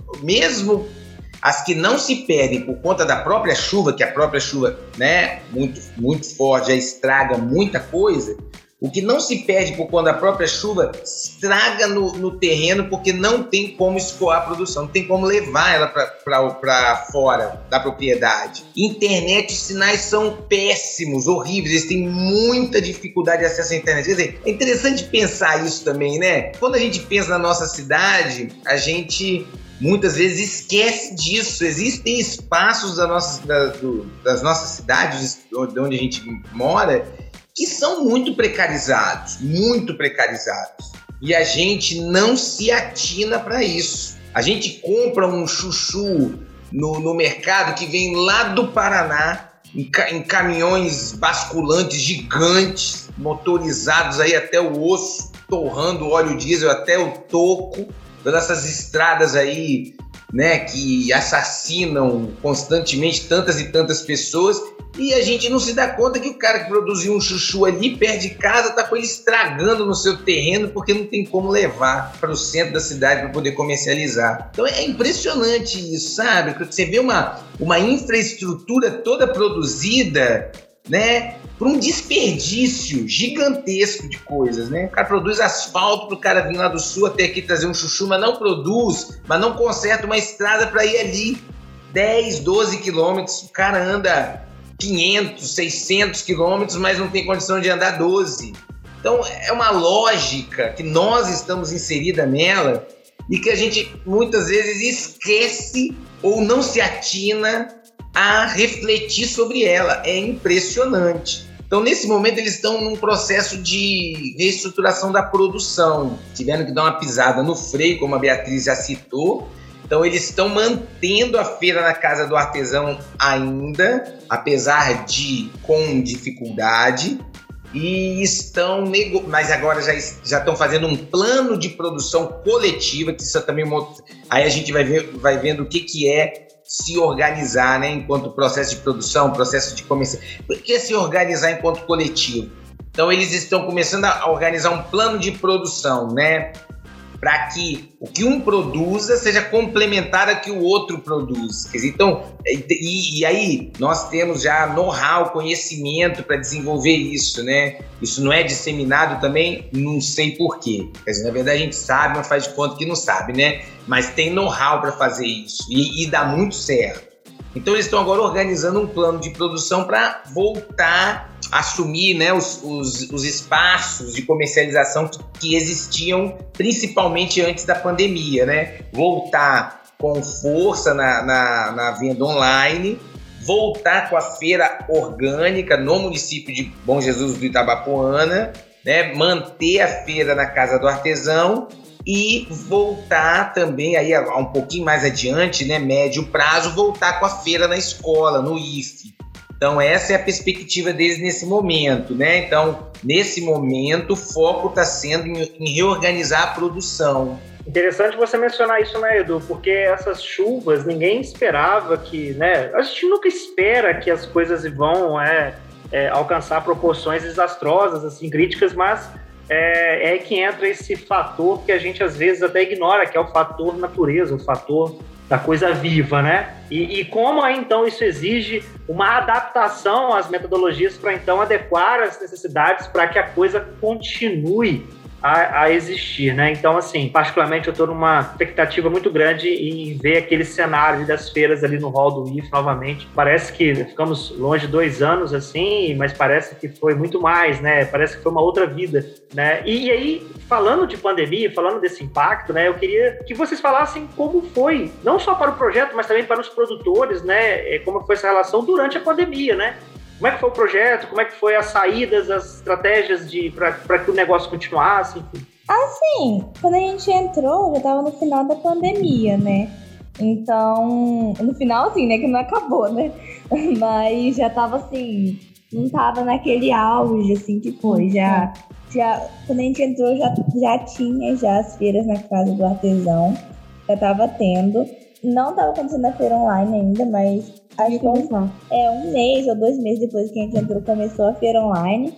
mesmo as que não se perdem por conta da própria chuva, que a própria chuva, né, muito, muito forte, já estraga muita coisa. O que não se perde por conta da própria chuva estraga no, no terreno porque não tem como escoar a produção, não tem como levar ela para fora da propriedade. Internet, os sinais são péssimos, horríveis, eles têm muita dificuldade de acesso à internet. Quer dizer, é interessante pensar isso também, né? Quando a gente pensa na nossa cidade, a gente muitas vezes esquece disso. Existem espaços da nossa, da, do, das nossas cidades, de onde a gente mora, que são muito precarizados, muito precarizados. E a gente não se atina para isso. A gente compra um chuchu no, no mercado que vem lá do Paraná, em, em caminhões basculantes gigantes, motorizados aí até o osso, torrando óleo diesel até o toco, pelas essas estradas aí, né, que assassinam constantemente tantas e tantas pessoas. E a gente não se dá conta que o cara que produziu um chuchu ali perto de casa tá com ele estragando no seu terreno porque não tem como levar para o centro da cidade para poder comercializar. Então é impressionante isso, sabe? Você vê uma, uma infraestrutura toda produzida, né, por um desperdício gigantesco de coisas, né? O cara produz asfalto para o cara vir lá do sul até aqui trazer um chuchu, mas não produz, mas não conserta uma estrada para ir ali dez, doze quilômetros. O cara anda quinhentos, seiscentos quilômetros, mas não tem condição de andar doze. Então é uma lógica que nós estamos inserida nela e que a gente muitas vezes esquece ou não se atina a refletir sobre ela. É impressionante. Então, nesse momento, eles estão num processo de reestruturação da produção, tiveram que dar uma pisada no freio, como a Beatriz já citou. Então, eles estão mantendo a feira na Casa do Artesão ainda, apesar de com dificuldade, e estão, nego... mas agora já, já estão fazendo um plano de produção coletiva, que isso também, aí a gente vai, ver, vai vendo o que, que é se organizar, né, enquanto processo de produção, processo de comercial. Por que se organizar enquanto coletivo? Então, eles estão começando a organizar um plano de produção, né, para que o que um produza seja complementar ao que o outro produz. Quer dizer, então, e, e aí nós temos já know-how, conhecimento para desenvolver isso, né? Isso não é disseminado também, não sei porquê. Quer dizer, na verdade a gente sabe, mas faz de conta que não sabe, né? Mas tem know-how para fazer isso e, e dá muito certo. Então eles estão agora organizando um plano de produção para voltar a assumir, né, os, os, os espaços de comercialização que, que existiam principalmente antes da pandemia, né? Voltar com força na, na, na venda online, voltar com a feira orgânica no município de Bom Jesus do Itabapoana, né? Manter a feira na Casa do Artesão e voltar também aí a, a um pouquinho mais adiante, né, médio prazo, voltar com a feira na escola, no I F. Então essa é a perspectiva deles nesse momento, né? Então, nesse momento, o foco está sendo em, em reorganizar a produção. Interessante você mencionar isso, né, Edu? Porque essas chuvas, ninguém esperava que, né? A gente nunca espera que as coisas vão é, é, alcançar proporções desastrosas, assim, críticas, mas É, é que entra esse fator que a gente às vezes até ignora, que é o fator natureza, o fator da coisa viva, né? E, e como aí, então, isso exige uma adaptação às metodologias para, então, adequar as necessidades para que a coisa continue a, a existir, né? Então, assim, particularmente eu estou numa expectativa muito grande em ver aquele cenário das feiras ali no hall do I F novamente. Parece que ficamos longe dois anos, assim, mas parece que foi muito mais, né? Parece que foi uma outra vida, né? E, e aí, falando de pandemia, falando desse impacto, né? Eu queria que vocês falassem como foi, não só para o projeto, mas também para os produtores, né? Como foi essa relação durante a pandemia, né? Como é que foi o projeto? Como é que foi as saídas, as estratégias para que o negócio continuasse? Enfim. Assim, quando a gente entrou, já estava no final da pandemia, né? Então, no final, assim, né? Que não acabou, né? Mas já estava assim, não estava naquele auge, assim, que foi. Já, já, quando a gente entrou, já, já tinha já as feiras na Casa do Artesão. Já estava tendo. Não estava acontecendo a feira online ainda, mas acho que um, é, um mês ou dois meses depois que a gente entrou, começou a feira online.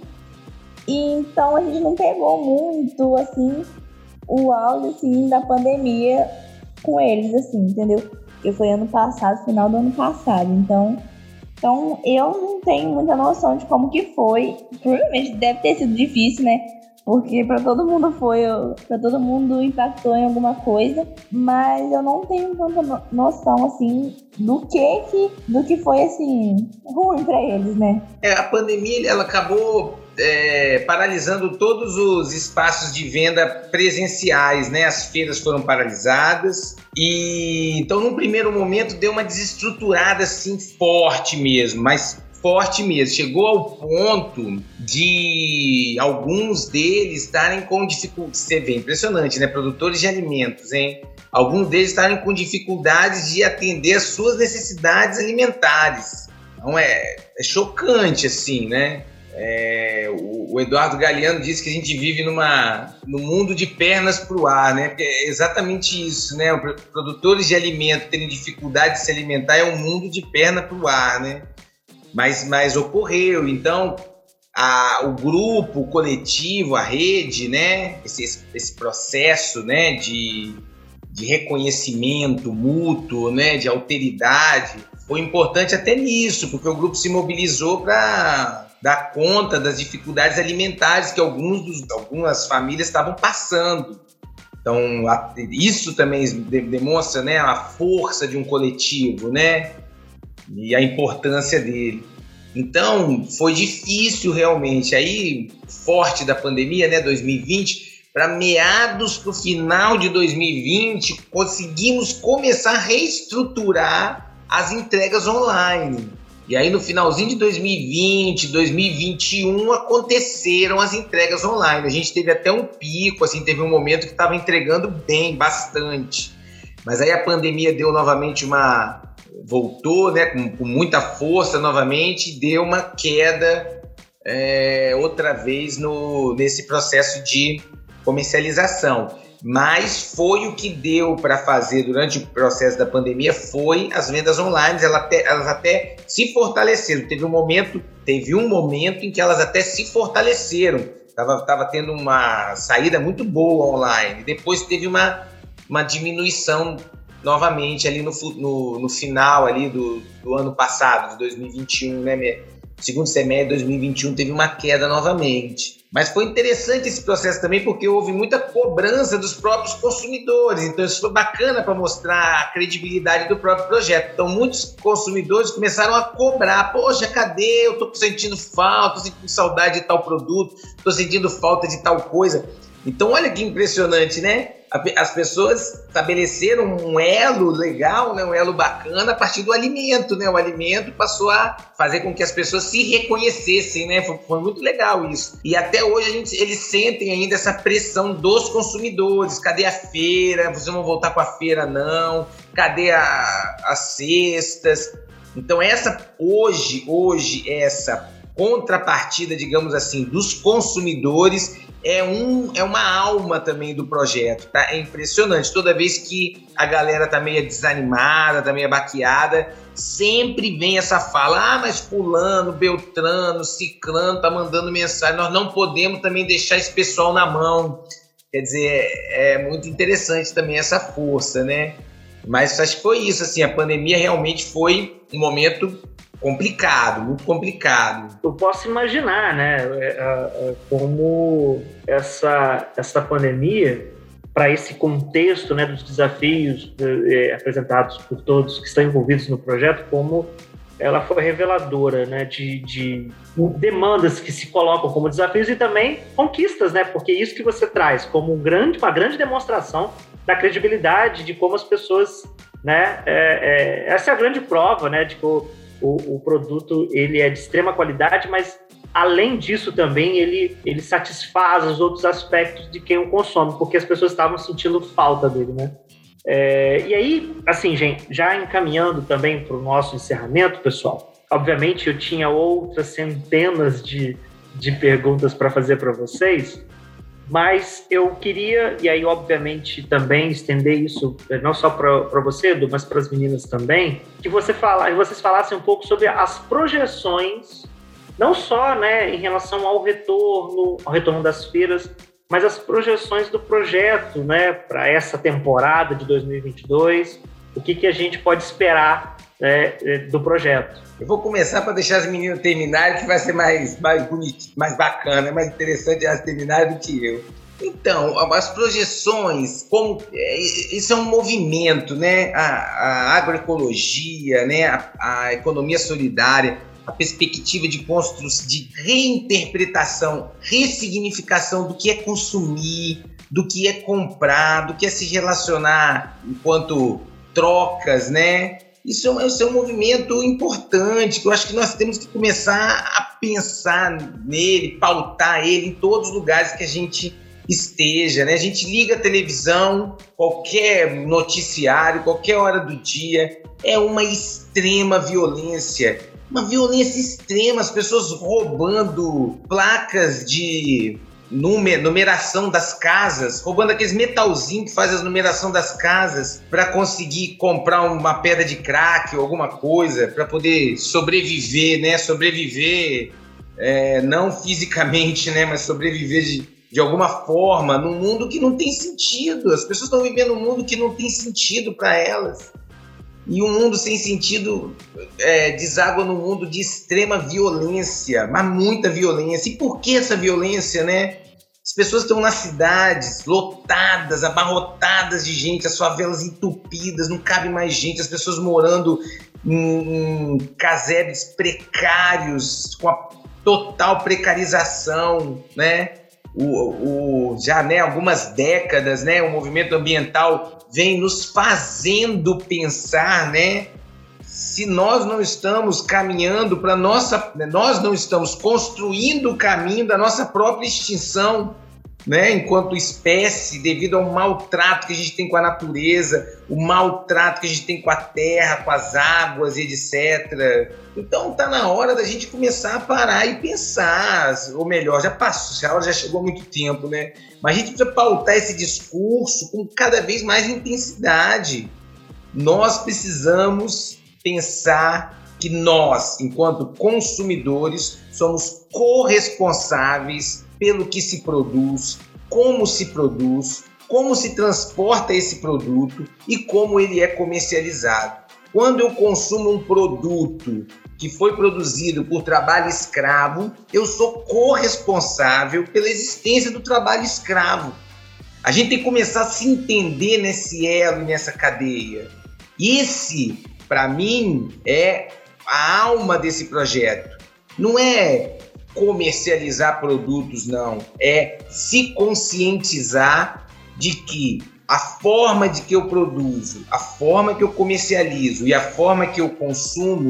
E então a gente não pegou muito, assim, o auge, assim, da pandemia com eles, assim, entendeu? Porque foi ano passado, final do ano passado. Então, então eu não tenho muita noção de como que foi. Provavelmente deve ter sido difícil, né? Porque para todo mundo foi, para todo mundo impactou em alguma coisa, mas eu não tenho tanta noção, assim, do que que, do que foi, assim, ruim para eles, né? É, a pandemia, ela acabou é, paralisando todos os espaços de venda presenciais, né? As feiras foram paralisadas e, então, num primeiro momento, deu uma desestruturada, assim, forte mesmo, mas forte mesmo. Chegou ao ponto de alguns deles estarem com dificuldades. Você vê, impressionante, né? Produtores de alimentos, hein? Alguns deles estarem com dificuldades de atender às suas necessidades alimentares. Então é, é chocante, assim, né? É, o, o Eduardo Galeano disse que a gente vive numa, num mundo de pernas para o ar, né? Porque é exatamente isso, né? Os produtores de alimento terem dificuldade de se alimentar é um mundo de perna para o ar, né? Mas, mas ocorreu, então a, o grupo, o coletivo, a rede, né, esse, esse processo, né, de, de reconhecimento mútuo, né, de alteridade, foi importante até nisso, porque o grupo se mobilizou para dar conta das dificuldades alimentares que alguns dos, algumas famílias estavam passando. Então, a, isso também de, demonstra, né, a força de um coletivo, né? E a importância dele. Então, foi difícil realmente. Aí, forte da pandemia, né, dois mil e vinte, para meados para o final de dois mil e vinte, conseguimos começar a reestruturar as entregas online. E aí no finalzinho de dois mil e vinte, dois mil e vinte e um aconteceram as entregas online. A gente teve até um pico, assim, teve um momento que estava entregando bem, bastante. Mas aí a pandemia deu novamente uma... voltou, né, com, com muita força novamente e deu uma queda é, outra vez no, nesse processo de comercialização. Mas foi o que deu para fazer durante o processo da pandemia, foi as vendas online, elas até, elas até se fortaleceram. Teve um momento, teve um momento em que elas até se fortaleceram. Tava, tava tendo uma saída muito boa online. Depois teve uma, uma diminuição novamente ali no, no, no final ali do, do ano passado, de dois mil e vinte e um, né? Segundo semestre de dois mil e vinte e um teve uma queda novamente. Mas foi interessante esse processo também porque houve muita cobrança dos próprios consumidores. Então isso foi bacana para mostrar a credibilidade do próprio projeto. Então muitos consumidores começaram a cobrar. Poxa, cadê? Eu estou sentindo falta, estou sentindo saudade de tal produto, estou sentindo falta de tal coisa. Então olha que impressionante, né? As pessoas estabeleceram um elo legal, né? Um elo bacana a partir do alimento, né? O alimento passou a fazer com que as pessoas se reconhecessem, né? Foi, foi muito legal isso. E até hoje a gente, eles sentem ainda essa pressão dos consumidores. Cadê a feira? Vocês vão voltar com a feira, não? Cadê a, as cestas? Então essa, hoje, hoje, essa contrapartida, digamos assim, dos consumidores é, um, é uma alma também do projeto, tá? É impressionante. Toda vez que a galera tá meio desanimada, tá meio baqueada, sempre vem essa fala, ah, mas fulano, beltrano, ciclano tá mandando mensagem, nós não podemos também deixar esse pessoal na mão. Quer dizer, é muito interessante também essa força, né? Mas acho que foi isso, assim, a pandemia realmente foi um momento complicado, muito complicado. Eu posso imaginar, né, como essa, essa pandemia, para esse contexto, né, dos desafios é, apresentados por todos que estão envolvidos no projeto, como ela foi reveladora, né, de, de demandas que se colocam como desafios e também conquistas, né, porque isso que você traz como um grande, uma grande demonstração da credibilidade de como as pessoas, né, é, é, essa é a grande prova, né, de que o O, o produto ele é de extrema qualidade, mas além disso também ele, ele satisfaz os outros aspectos de quem o consome, porque as pessoas estavam sentindo falta dele, né? É, e aí, assim, gente, já encaminhando também para o nosso encerramento, pessoal, obviamente eu tinha outras centenas de, de perguntas para fazer para vocês, mas eu queria, e aí obviamente também estender isso não só para você, Edu, mas para as meninas também, que você fala, vocês falassem um pouco sobre as projeções, não só, né, em relação ao retorno, ao retorno das feiras, mas as projeções do projeto, né, para essa temporada de dois mil e vinte e dois, o que, que a gente pode esperar, né, do projeto. Eu vou começar para deixar as meninas terminarem, que vai ser mais, mais bonito, mais bacana, mais interessante elas terminarem do que eu. Então, as projeções, como isso é um movimento, né? A, a agroecologia, né? A, a economia solidária, a perspectiva de construção, de reinterpretação, ressignificação do que é consumir, do que é comprar, do que é se relacionar enquanto trocas, né? Isso é, um, isso é um movimento importante, que eu acho que nós temos que começar a pensar nele, pautar ele em todos os lugares que a gente esteja, né? A gente liga a televisão, qualquer noticiário, qualquer hora do dia, é uma extrema violência, uma violência extrema, as pessoas roubando placas de numer, numeração das casas, roubando aqueles metalzinhos que fazem a numeração das casas para conseguir comprar uma pedra de crack ou alguma coisa, para poder sobreviver, né? Sobreviver, é, não fisicamente, né? Mas sobreviver de, de alguma forma num mundo que não tem sentido. As pessoas estão vivendo um mundo que não tem sentido para elas. E um mundo sem sentido é, deságua num mundo de extrema violência, mas muita violência. E por que essa violência, né? As pessoas estão nas cidades, lotadas, abarrotadas de gente, as favelas entupidas, não cabe mais gente, as pessoas morando em, em casebres precários, com a total precarização, né? O, o, já, né, algumas décadas, né, o movimento ambiental vem nos fazendo pensar, né, se nós não estamos caminhando para nossa, nós não estamos construindo o caminho da nossa própria extinção, né, enquanto espécie, devido ao maltrato que a gente tem com a natureza, o maltrato que a gente tem com a terra, com as águas, etcétera. Então tá na hora da gente começar a parar e pensar, ou melhor, já passou, a hora já chegou há muito tempo, né? Mas a gente precisa pautar esse discurso com cada vez mais intensidade. Nós precisamos pensar que nós, enquanto consumidores, somos corresponsáveis pelo que se produz, como se produz, como se transporta esse produto e como ele é comercializado. Quando eu consumo um produto que foi produzido por trabalho escravo, eu sou corresponsável pela existência do trabalho escravo. A gente tem que começar a se entender nesse elo e nessa cadeia. Esse, para mim, é a alma desse projeto. Não é comercializar produtos, não. É se conscientizar de que a forma de que eu produzo, a forma que eu comercializo e a forma que eu consumo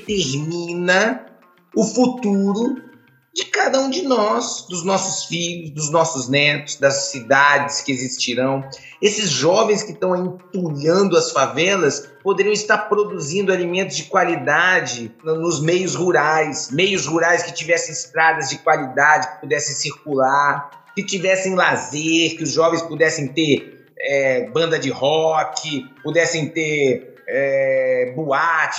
determina o futuro de cada um de nós, dos nossos filhos, dos nossos netos, das cidades que existirão. Esses jovens que estão entulhando as favelas poderiam estar produzindo alimentos de qualidade nos meios rurais, meios rurais que tivessem estradas de qualidade, que pudessem circular, que tivessem lazer, que os jovens pudessem ter é, banda de rock, pudessem ter é, boate,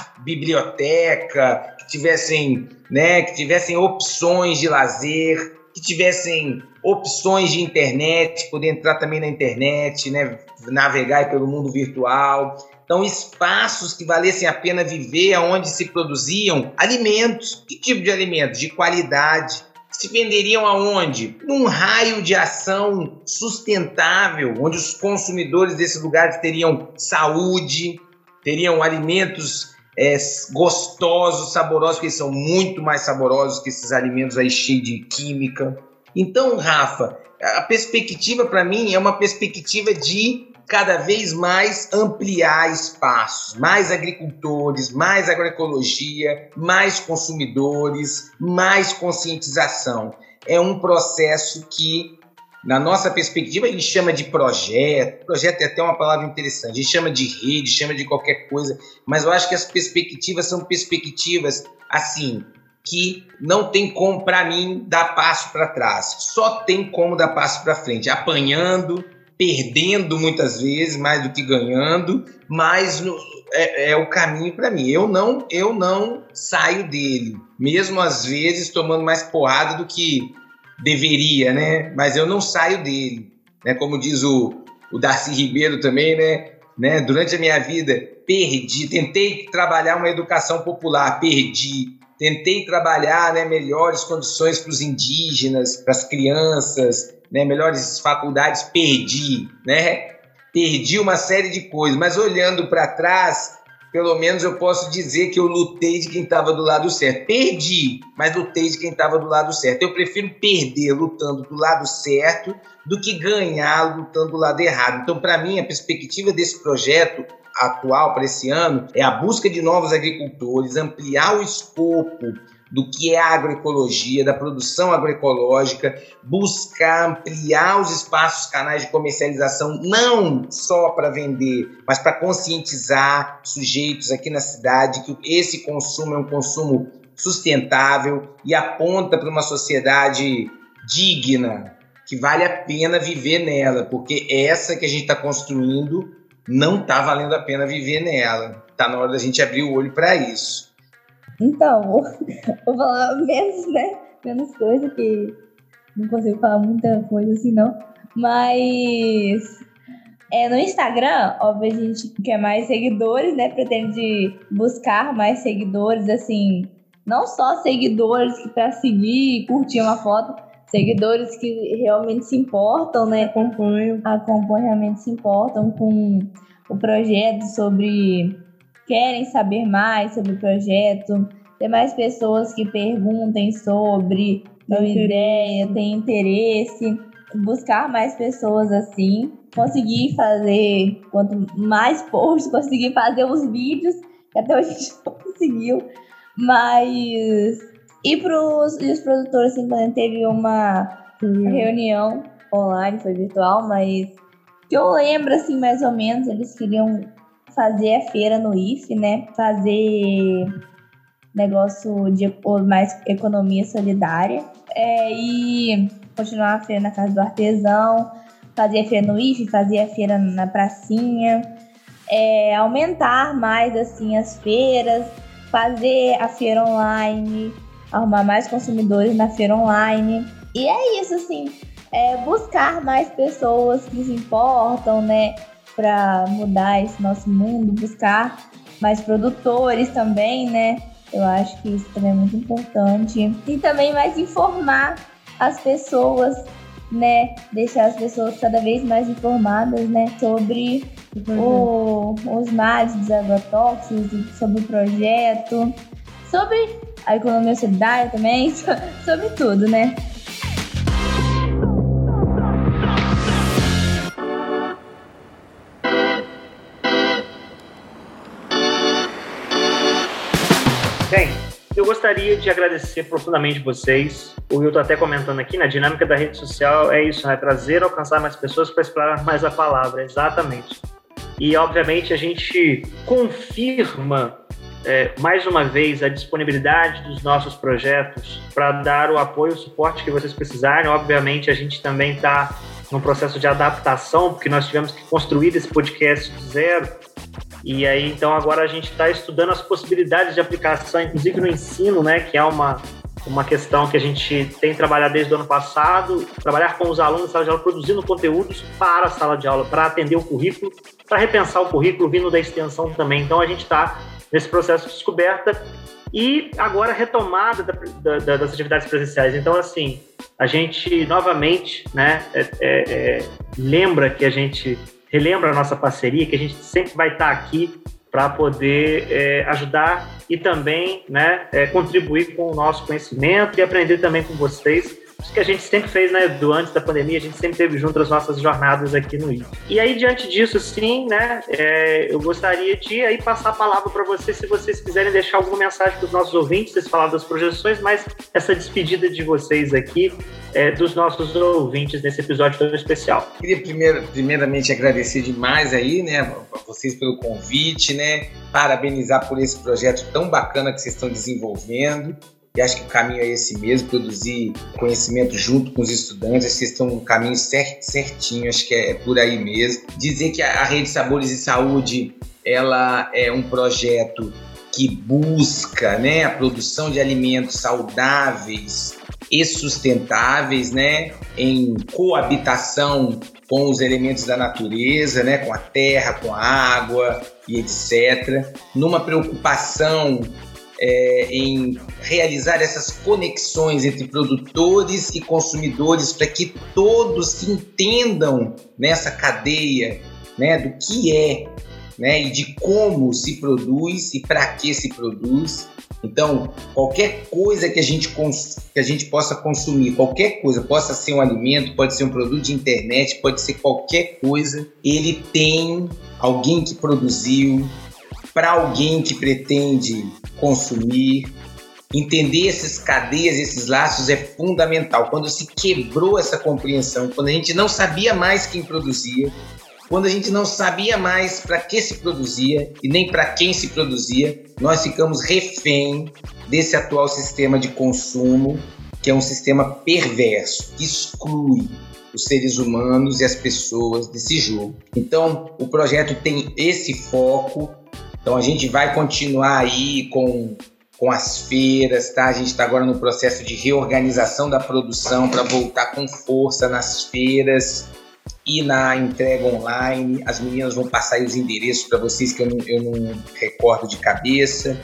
biblioteca, que tivessem, né, que tivessem opções de lazer, que tivessem opções de internet, poder entrar também na internet, né, navegar pelo mundo virtual. Então, espaços que valessem a pena viver, onde se produziam alimentos. Que tipo de alimentos? De qualidade. Se venderiam aonde? Num raio de ação sustentável, onde os consumidores desses lugares teriam saúde, teriam alimentos é, gostosos, saborosos, porque eles são muito mais saborosos que esses alimentos aí cheios de química. Então, Rafa, a perspectiva para mim é uma perspectiva de cada vez mais ampliar espaços, mais agricultores, mais agroecologia, mais consumidores, mais conscientização. É um processo que, na nossa perspectiva, a gente chama de projeto. Projeto é até uma palavra interessante. A gente chama de rede, chama de qualquer coisa, mas eu acho que as perspectivas são perspectivas, assim, que não tem como, para mim, dar passo para trás. Só tem como dar passo para frente, apanhando, perdendo muitas vezes, mais do que ganhando, mas no, é, é o caminho para mim. Eu não, eu não saio dele, mesmo às vezes tomando mais porrada do que deveria, né? Mas eu não saio dele, né? Como diz o, o Darcy Ribeiro também, né? né? Durante a minha vida, perdi, tentei trabalhar uma educação popular, perdi. Tentei trabalhar, né, melhores condições para os indígenas, para as crianças, né, melhores faculdades, perdi, né? Perdi uma série de coisas, mas olhando para trás, pelo menos eu posso dizer que eu lutei de quem estava do lado certo. Perdi, mas lutei de quem estava do lado certo. Eu prefiro perder lutando do lado certo do que ganhar lutando do lado errado. Então, para mim, a perspectiva desse projeto atual para esse ano é a busca de novos agricultores, ampliar o escopo do que é a agroecologia, da produção agroecológica, buscar ampliar os espaços, canais de comercialização, não só para vender, mas para conscientizar sujeitos aqui na cidade que esse consumo é um consumo sustentável e aponta para uma sociedade digna, que vale a pena viver nela, porque essa que a gente está construindo não está valendo a pena viver nela. Está na hora da gente abrir o olho para isso. Então, vou, vou falar menos, né? Menos coisa, que não consigo falar muita coisa assim, não. Mas é, no Instagram, óbvio, a gente quer mais seguidores, né? Pretende buscar mais seguidores, assim, não só seguidores que para seguir e curtir uma foto, seguidores que realmente se importam, né? Acompanham. Acompanham, realmente se importam com o projeto, sobre... querem saber mais sobre o projeto, ter mais pessoas que perguntem sobre, dão ideia, têm interesse, buscar mais pessoas assim, conseguir fazer, quanto mais posts, conseguir fazer os vídeos que até hoje a gente não conseguiu. Mas... E pros e os produtores, assim, quando teve uma uhum. reunião online, foi virtual, mas que eu lembro, assim, mais ou menos, eles queriam fazer a feira no I F E, né? Fazer negócio de mais economia solidária. É, e continuar a feira na Casa do Artesão, fazer a feira no I F E, fazer a feira na pracinha, é, aumentar mais, assim, as feiras, fazer a feira online, arrumar mais consumidores na feira online. E é isso, assim, é buscar mais pessoas que se importam, né, para mudar esse nosso mundo, buscar mais produtores também, né? Eu acho que isso também é muito importante. E também mais informar as pessoas, né? Deixar as pessoas cada vez mais informadas, né? Sobre o, os males dos agrotóxicos, sobre o projeto, sobre a economia solidária também, sobre tudo, né? Bem, eu gostaria de agradecer profundamente vocês. O Will está até comentando aqui, na dinâmica da rede social é isso, né? Trazer, alcançar mais pessoas para explorar mais a palavra, exatamente. E, obviamente, a gente confirma é, mais uma vez a disponibilidade dos nossos projetos para dar o apoio, o suporte que vocês precisarem. Obviamente, a gente também está num processo de adaptação, porque nós tivemos que construir esse podcast do zero. E aí, então, agora a gente está estudando as possibilidades de aplicação, inclusive no ensino, né, que é uma, uma questão que a gente tem trabalhado desde o ano passado, trabalhar com os alunos da sala de aula, produzindo conteúdos para a sala de aula, para atender o currículo, para repensar o currículo, vindo da extensão também. Então, a gente está nesse processo de descoberta e agora retomada da, da, das atividades presenciais. Então, assim, a gente novamente, né, é, é, é, lembra que a gente... relembra a nossa parceria, que a gente sempre vai estar aqui para poder é, ajudar e também, né, é, contribuir com o nosso conhecimento e aprender também com vocês. Isso que a gente sempre fez, né, do antes da pandemia, a gente sempre teve junto as nossas jornadas aqui no I F E. E aí, diante disso, sim, né, é, eu gostaria de aí passar a palavra para vocês, se vocês quiserem deixar alguma mensagem para os nossos ouvintes. Vocês falaram das projeções, mas essa despedida de vocês aqui, é, dos nossos ouvintes nesse episódio tão especial. Queria primeiro, primeiramente agradecer demais aí, né, a vocês pelo convite, né, parabenizar por esse projeto tão bacana que vocês estão desenvolvendo. E acho que o caminho é esse mesmo, produzir conhecimento junto com os estudantes. Vocês estão no caminho certinho, acho que é por aí mesmo. Dizer que a Rede Sabores e Saúde, ela é um projeto que busca, né, a produção de alimentos saudáveis e sustentáveis, né, em coabitação com os elementos da natureza, né, com a terra, com a água e etcétera, numa preocupação É, em realizar essas conexões entre produtores e consumidores para que todos se entendam nessa cadeia, né, do que é, né, e de como se produz e para que se produz. Então, qualquer coisa que a gente, cons- que a gente possa consumir, qualquer coisa, possa ser um alimento, pode ser um produto de internet, pode ser qualquer coisa, ele tem alguém que produziu, para alguém que pretende consumir. Entender essas cadeias, esses laços é fundamental. Quando se quebrou essa compreensão, quando a gente não sabia mais quem produzia, quando a gente não sabia mais para que se produzia e nem para quem se produzia, nós ficamos refém desse atual sistema de consumo, que é um sistema perverso, que exclui os seres humanos e as pessoas desse jogo. Então, o projeto tem esse foco. Então, a gente vai continuar aí com, com as feiras, tá? A gente está agora no processo de reorganização da produção para voltar com força nas feiras e na entrega online. As meninas vão passar aí os endereços para vocês, que eu não, eu não recordo de cabeça.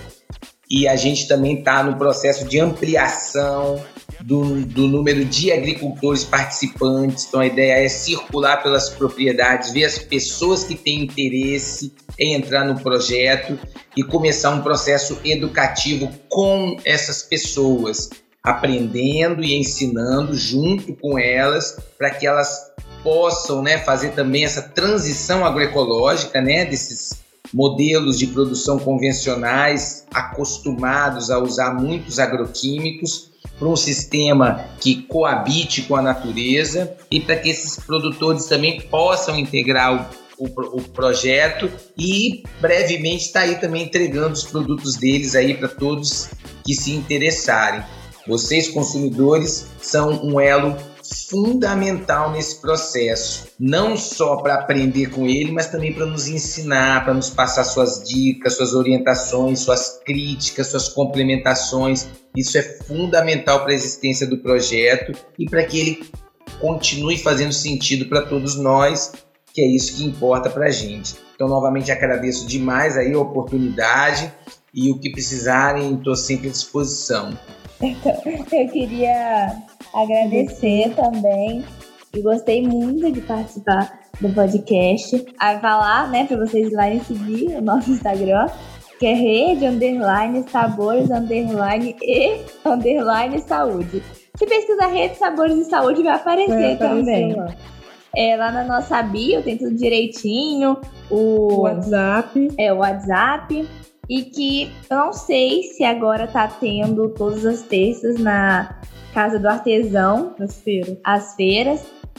E a gente também está no processo de ampliação do, do número de agricultores participantes. Então, a ideia é circular pelas propriedades, ver as pessoas que têm interesse em entrar no projeto e começar um processo educativo com essas pessoas, aprendendo e ensinando junto com elas, para que elas possam, né, fazer também essa transição agroecológica, né, desses modelos de produção convencionais, acostumados a usar muitos agroquímicos, para um sistema que coabite com a natureza e para que esses produtores também possam integrar o, o, o projeto e brevemente está aí também entregando os produtos deles aí para todos que se interessarem. Vocês, consumidores, são um elo fundamental nesse processo, não só para aprender com ele, mas também para nos ensinar, para nos passar suas dicas, suas orientações, suas críticas, suas complementações. Isso é fundamental para a existência do projeto e para que ele continue fazendo sentido para todos nós, que é isso que importa para a gente. Então, novamente, agradeço demais aí a oportunidade e o que precisarem, estou sempre à disposição. Eu queria agradecer também e gostei muito de participar do podcast. A falar, né, para vocês ir lá e seguir o nosso Instagram, que é rede, underline, sabores, underline e underline saúde. Se pesquisar rede, sabores e saúde, vai aparecer vai também. Lá. É, lá na nossa bio tem tudo direitinho. O, o WhatsApp. É, o WhatsApp. E que eu não sei se agora tá tendo todas as terças na Casa do Artesão. As feiras. As feiras.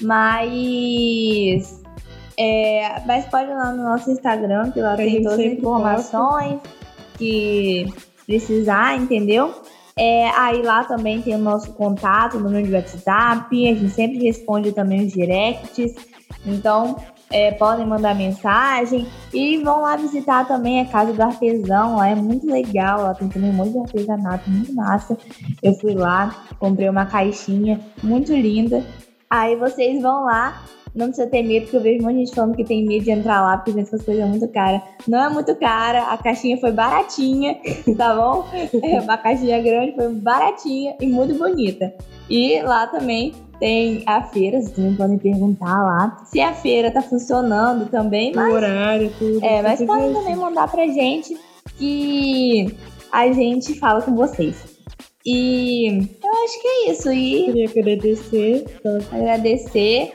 Mas... É, mas pode ir lá no nosso Instagram, que lá tem todas as informações que precisar, entendeu? É, aí lá também tem o nosso contato, o número de WhatsApp, a gente sempre responde também os directs, então é, podem mandar mensagem e vão lá visitar também a Casa do Artesão, lá é muito legal, lá tem também um monte de artesanato, muito massa. Eu fui lá, comprei uma caixinha muito linda, aí vocês vão lá. Não precisa ter medo, porque eu vejo um monte de gente falando que tem medo de entrar lá, porque pensa que as coisas são muito caras. Não é muito cara, a caixinha foi baratinha, tá bom? É uma caixinha grande, foi baratinha e muito bonita. E lá também tem a feira, vocês também podem perguntar lá se a feira tá funcionando também. Mas, o horário, tudo. É, mas podem também mandar pra gente que a gente fala com vocês. E eu acho que é isso. E queria agradecer. Agradecer.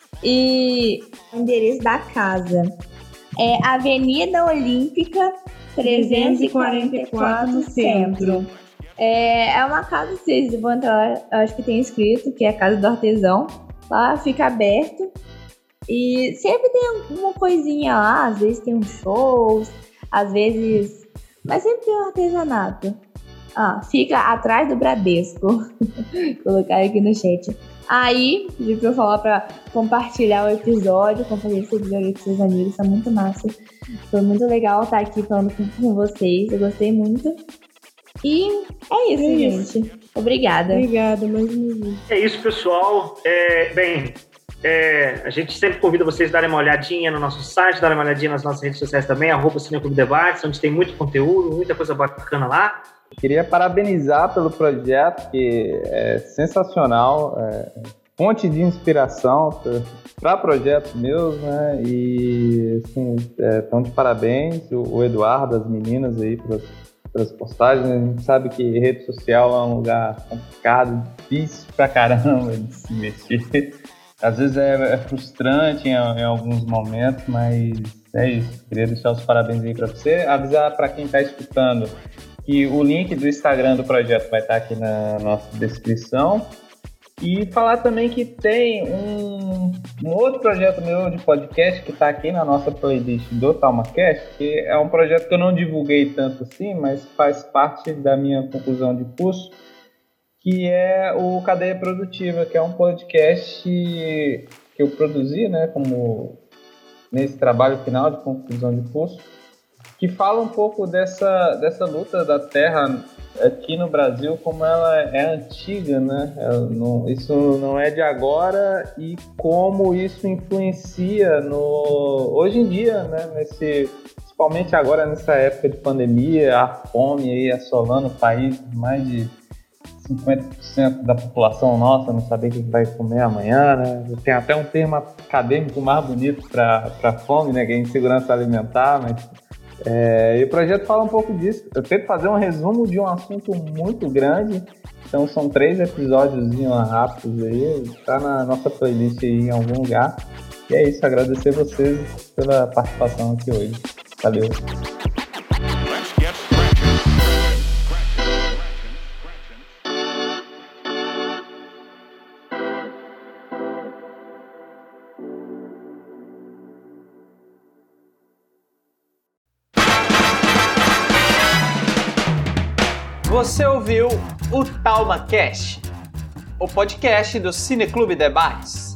E o endereço da casa é Avenida Olímpica trezentos e quarenta e quatro, no centro. É, é uma casa, vocês vão entrar, acho que tem escrito que é a Casa do Artesão. Lá fica aberto e sempre tem alguma coisinha lá, às vezes tem uns shows, às vezes... Mas sempre tem um artesanato. Ah, fica atrás do Bradesco. Colocar aqui no chat. Aí, pedi pra eu falar pra compartilhar o episódio, compartilhar esse episódio com seus amigos, tá muito massa. Foi muito legal estar aqui falando com, com vocês, eu gostei muito. E é isso, é gente. Isso. Obrigada. Obrigada, mais uma vez. É isso, pessoal. É, bem, é, a gente sempre convida vocês a darem uma olhadinha no nosso site, darem uma olhadinha nas nossas redes sociais também, arroba Cineclube Debates, onde tem muito conteúdo, muita coisa bacana lá. Queria parabenizar pelo projeto, que é sensacional, é fonte de inspiração para projetos meus, né? E, assim, estão é, de parabéns, o, o Eduardo, as meninas aí, pelas, pelas postagens. A gente sabe que rede social é um lugar complicado, difícil pra caramba de se mexer. Às vezes é, é frustrante em, em alguns momentos, mas é isso. Queria deixar os parabéns aí para você, avisar para quem está escutando que o link do Instagram do projeto vai estar aqui na nossa descrição. E falar também que tem um, um outro projeto meu de podcast que está aqui na nossa playlist do TalmaCast, que é um projeto que eu não divulguei tanto assim, mas faz parte da minha conclusão de curso, que é o Cadeia Produtiva, que é um podcast que eu produzi, né, como nesse trabalho final de conclusão de curso, que fala um pouco dessa, dessa luta da terra aqui no Brasil, como ela é antiga, né? Ela não, isso não é de agora e como isso influencia no, hoje em dia, né? Nesse, principalmente agora nessa época de pandemia, a fome aí assolando o país, mais de cinquenta por cento da população nossa não saber o que vai comer amanhã, né? Tem até um termo acadêmico mais bonito para fome, né? Que é insegurança alimentar, mas É, e o projeto fala um pouco disso. Eu tento fazer um resumo de um assunto muito grande, então são três episódios rápidos aí, tá na nossa playlist aí em algum lugar. E é isso, agradecer vocês pela participação aqui hoje. Valeu. Você ouviu o TalmaCast, o podcast do Cineclube Debates.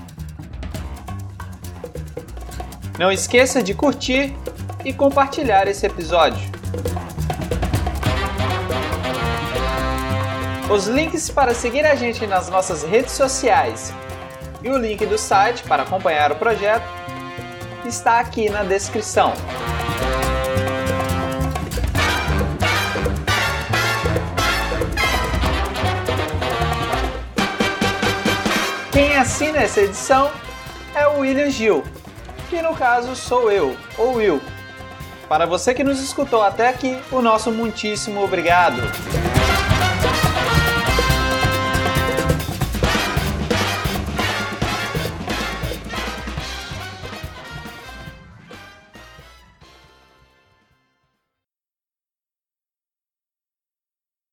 Não esqueça de curtir e compartilhar esse episódio. Os links para seguir a gente nas nossas redes sociais e o link do site para acompanhar o projeto está aqui na descrição. Quem assina essa edição é o William Gil, que no caso sou eu, ou Will. Para você que nos escutou até aqui, o nosso muitíssimo obrigado.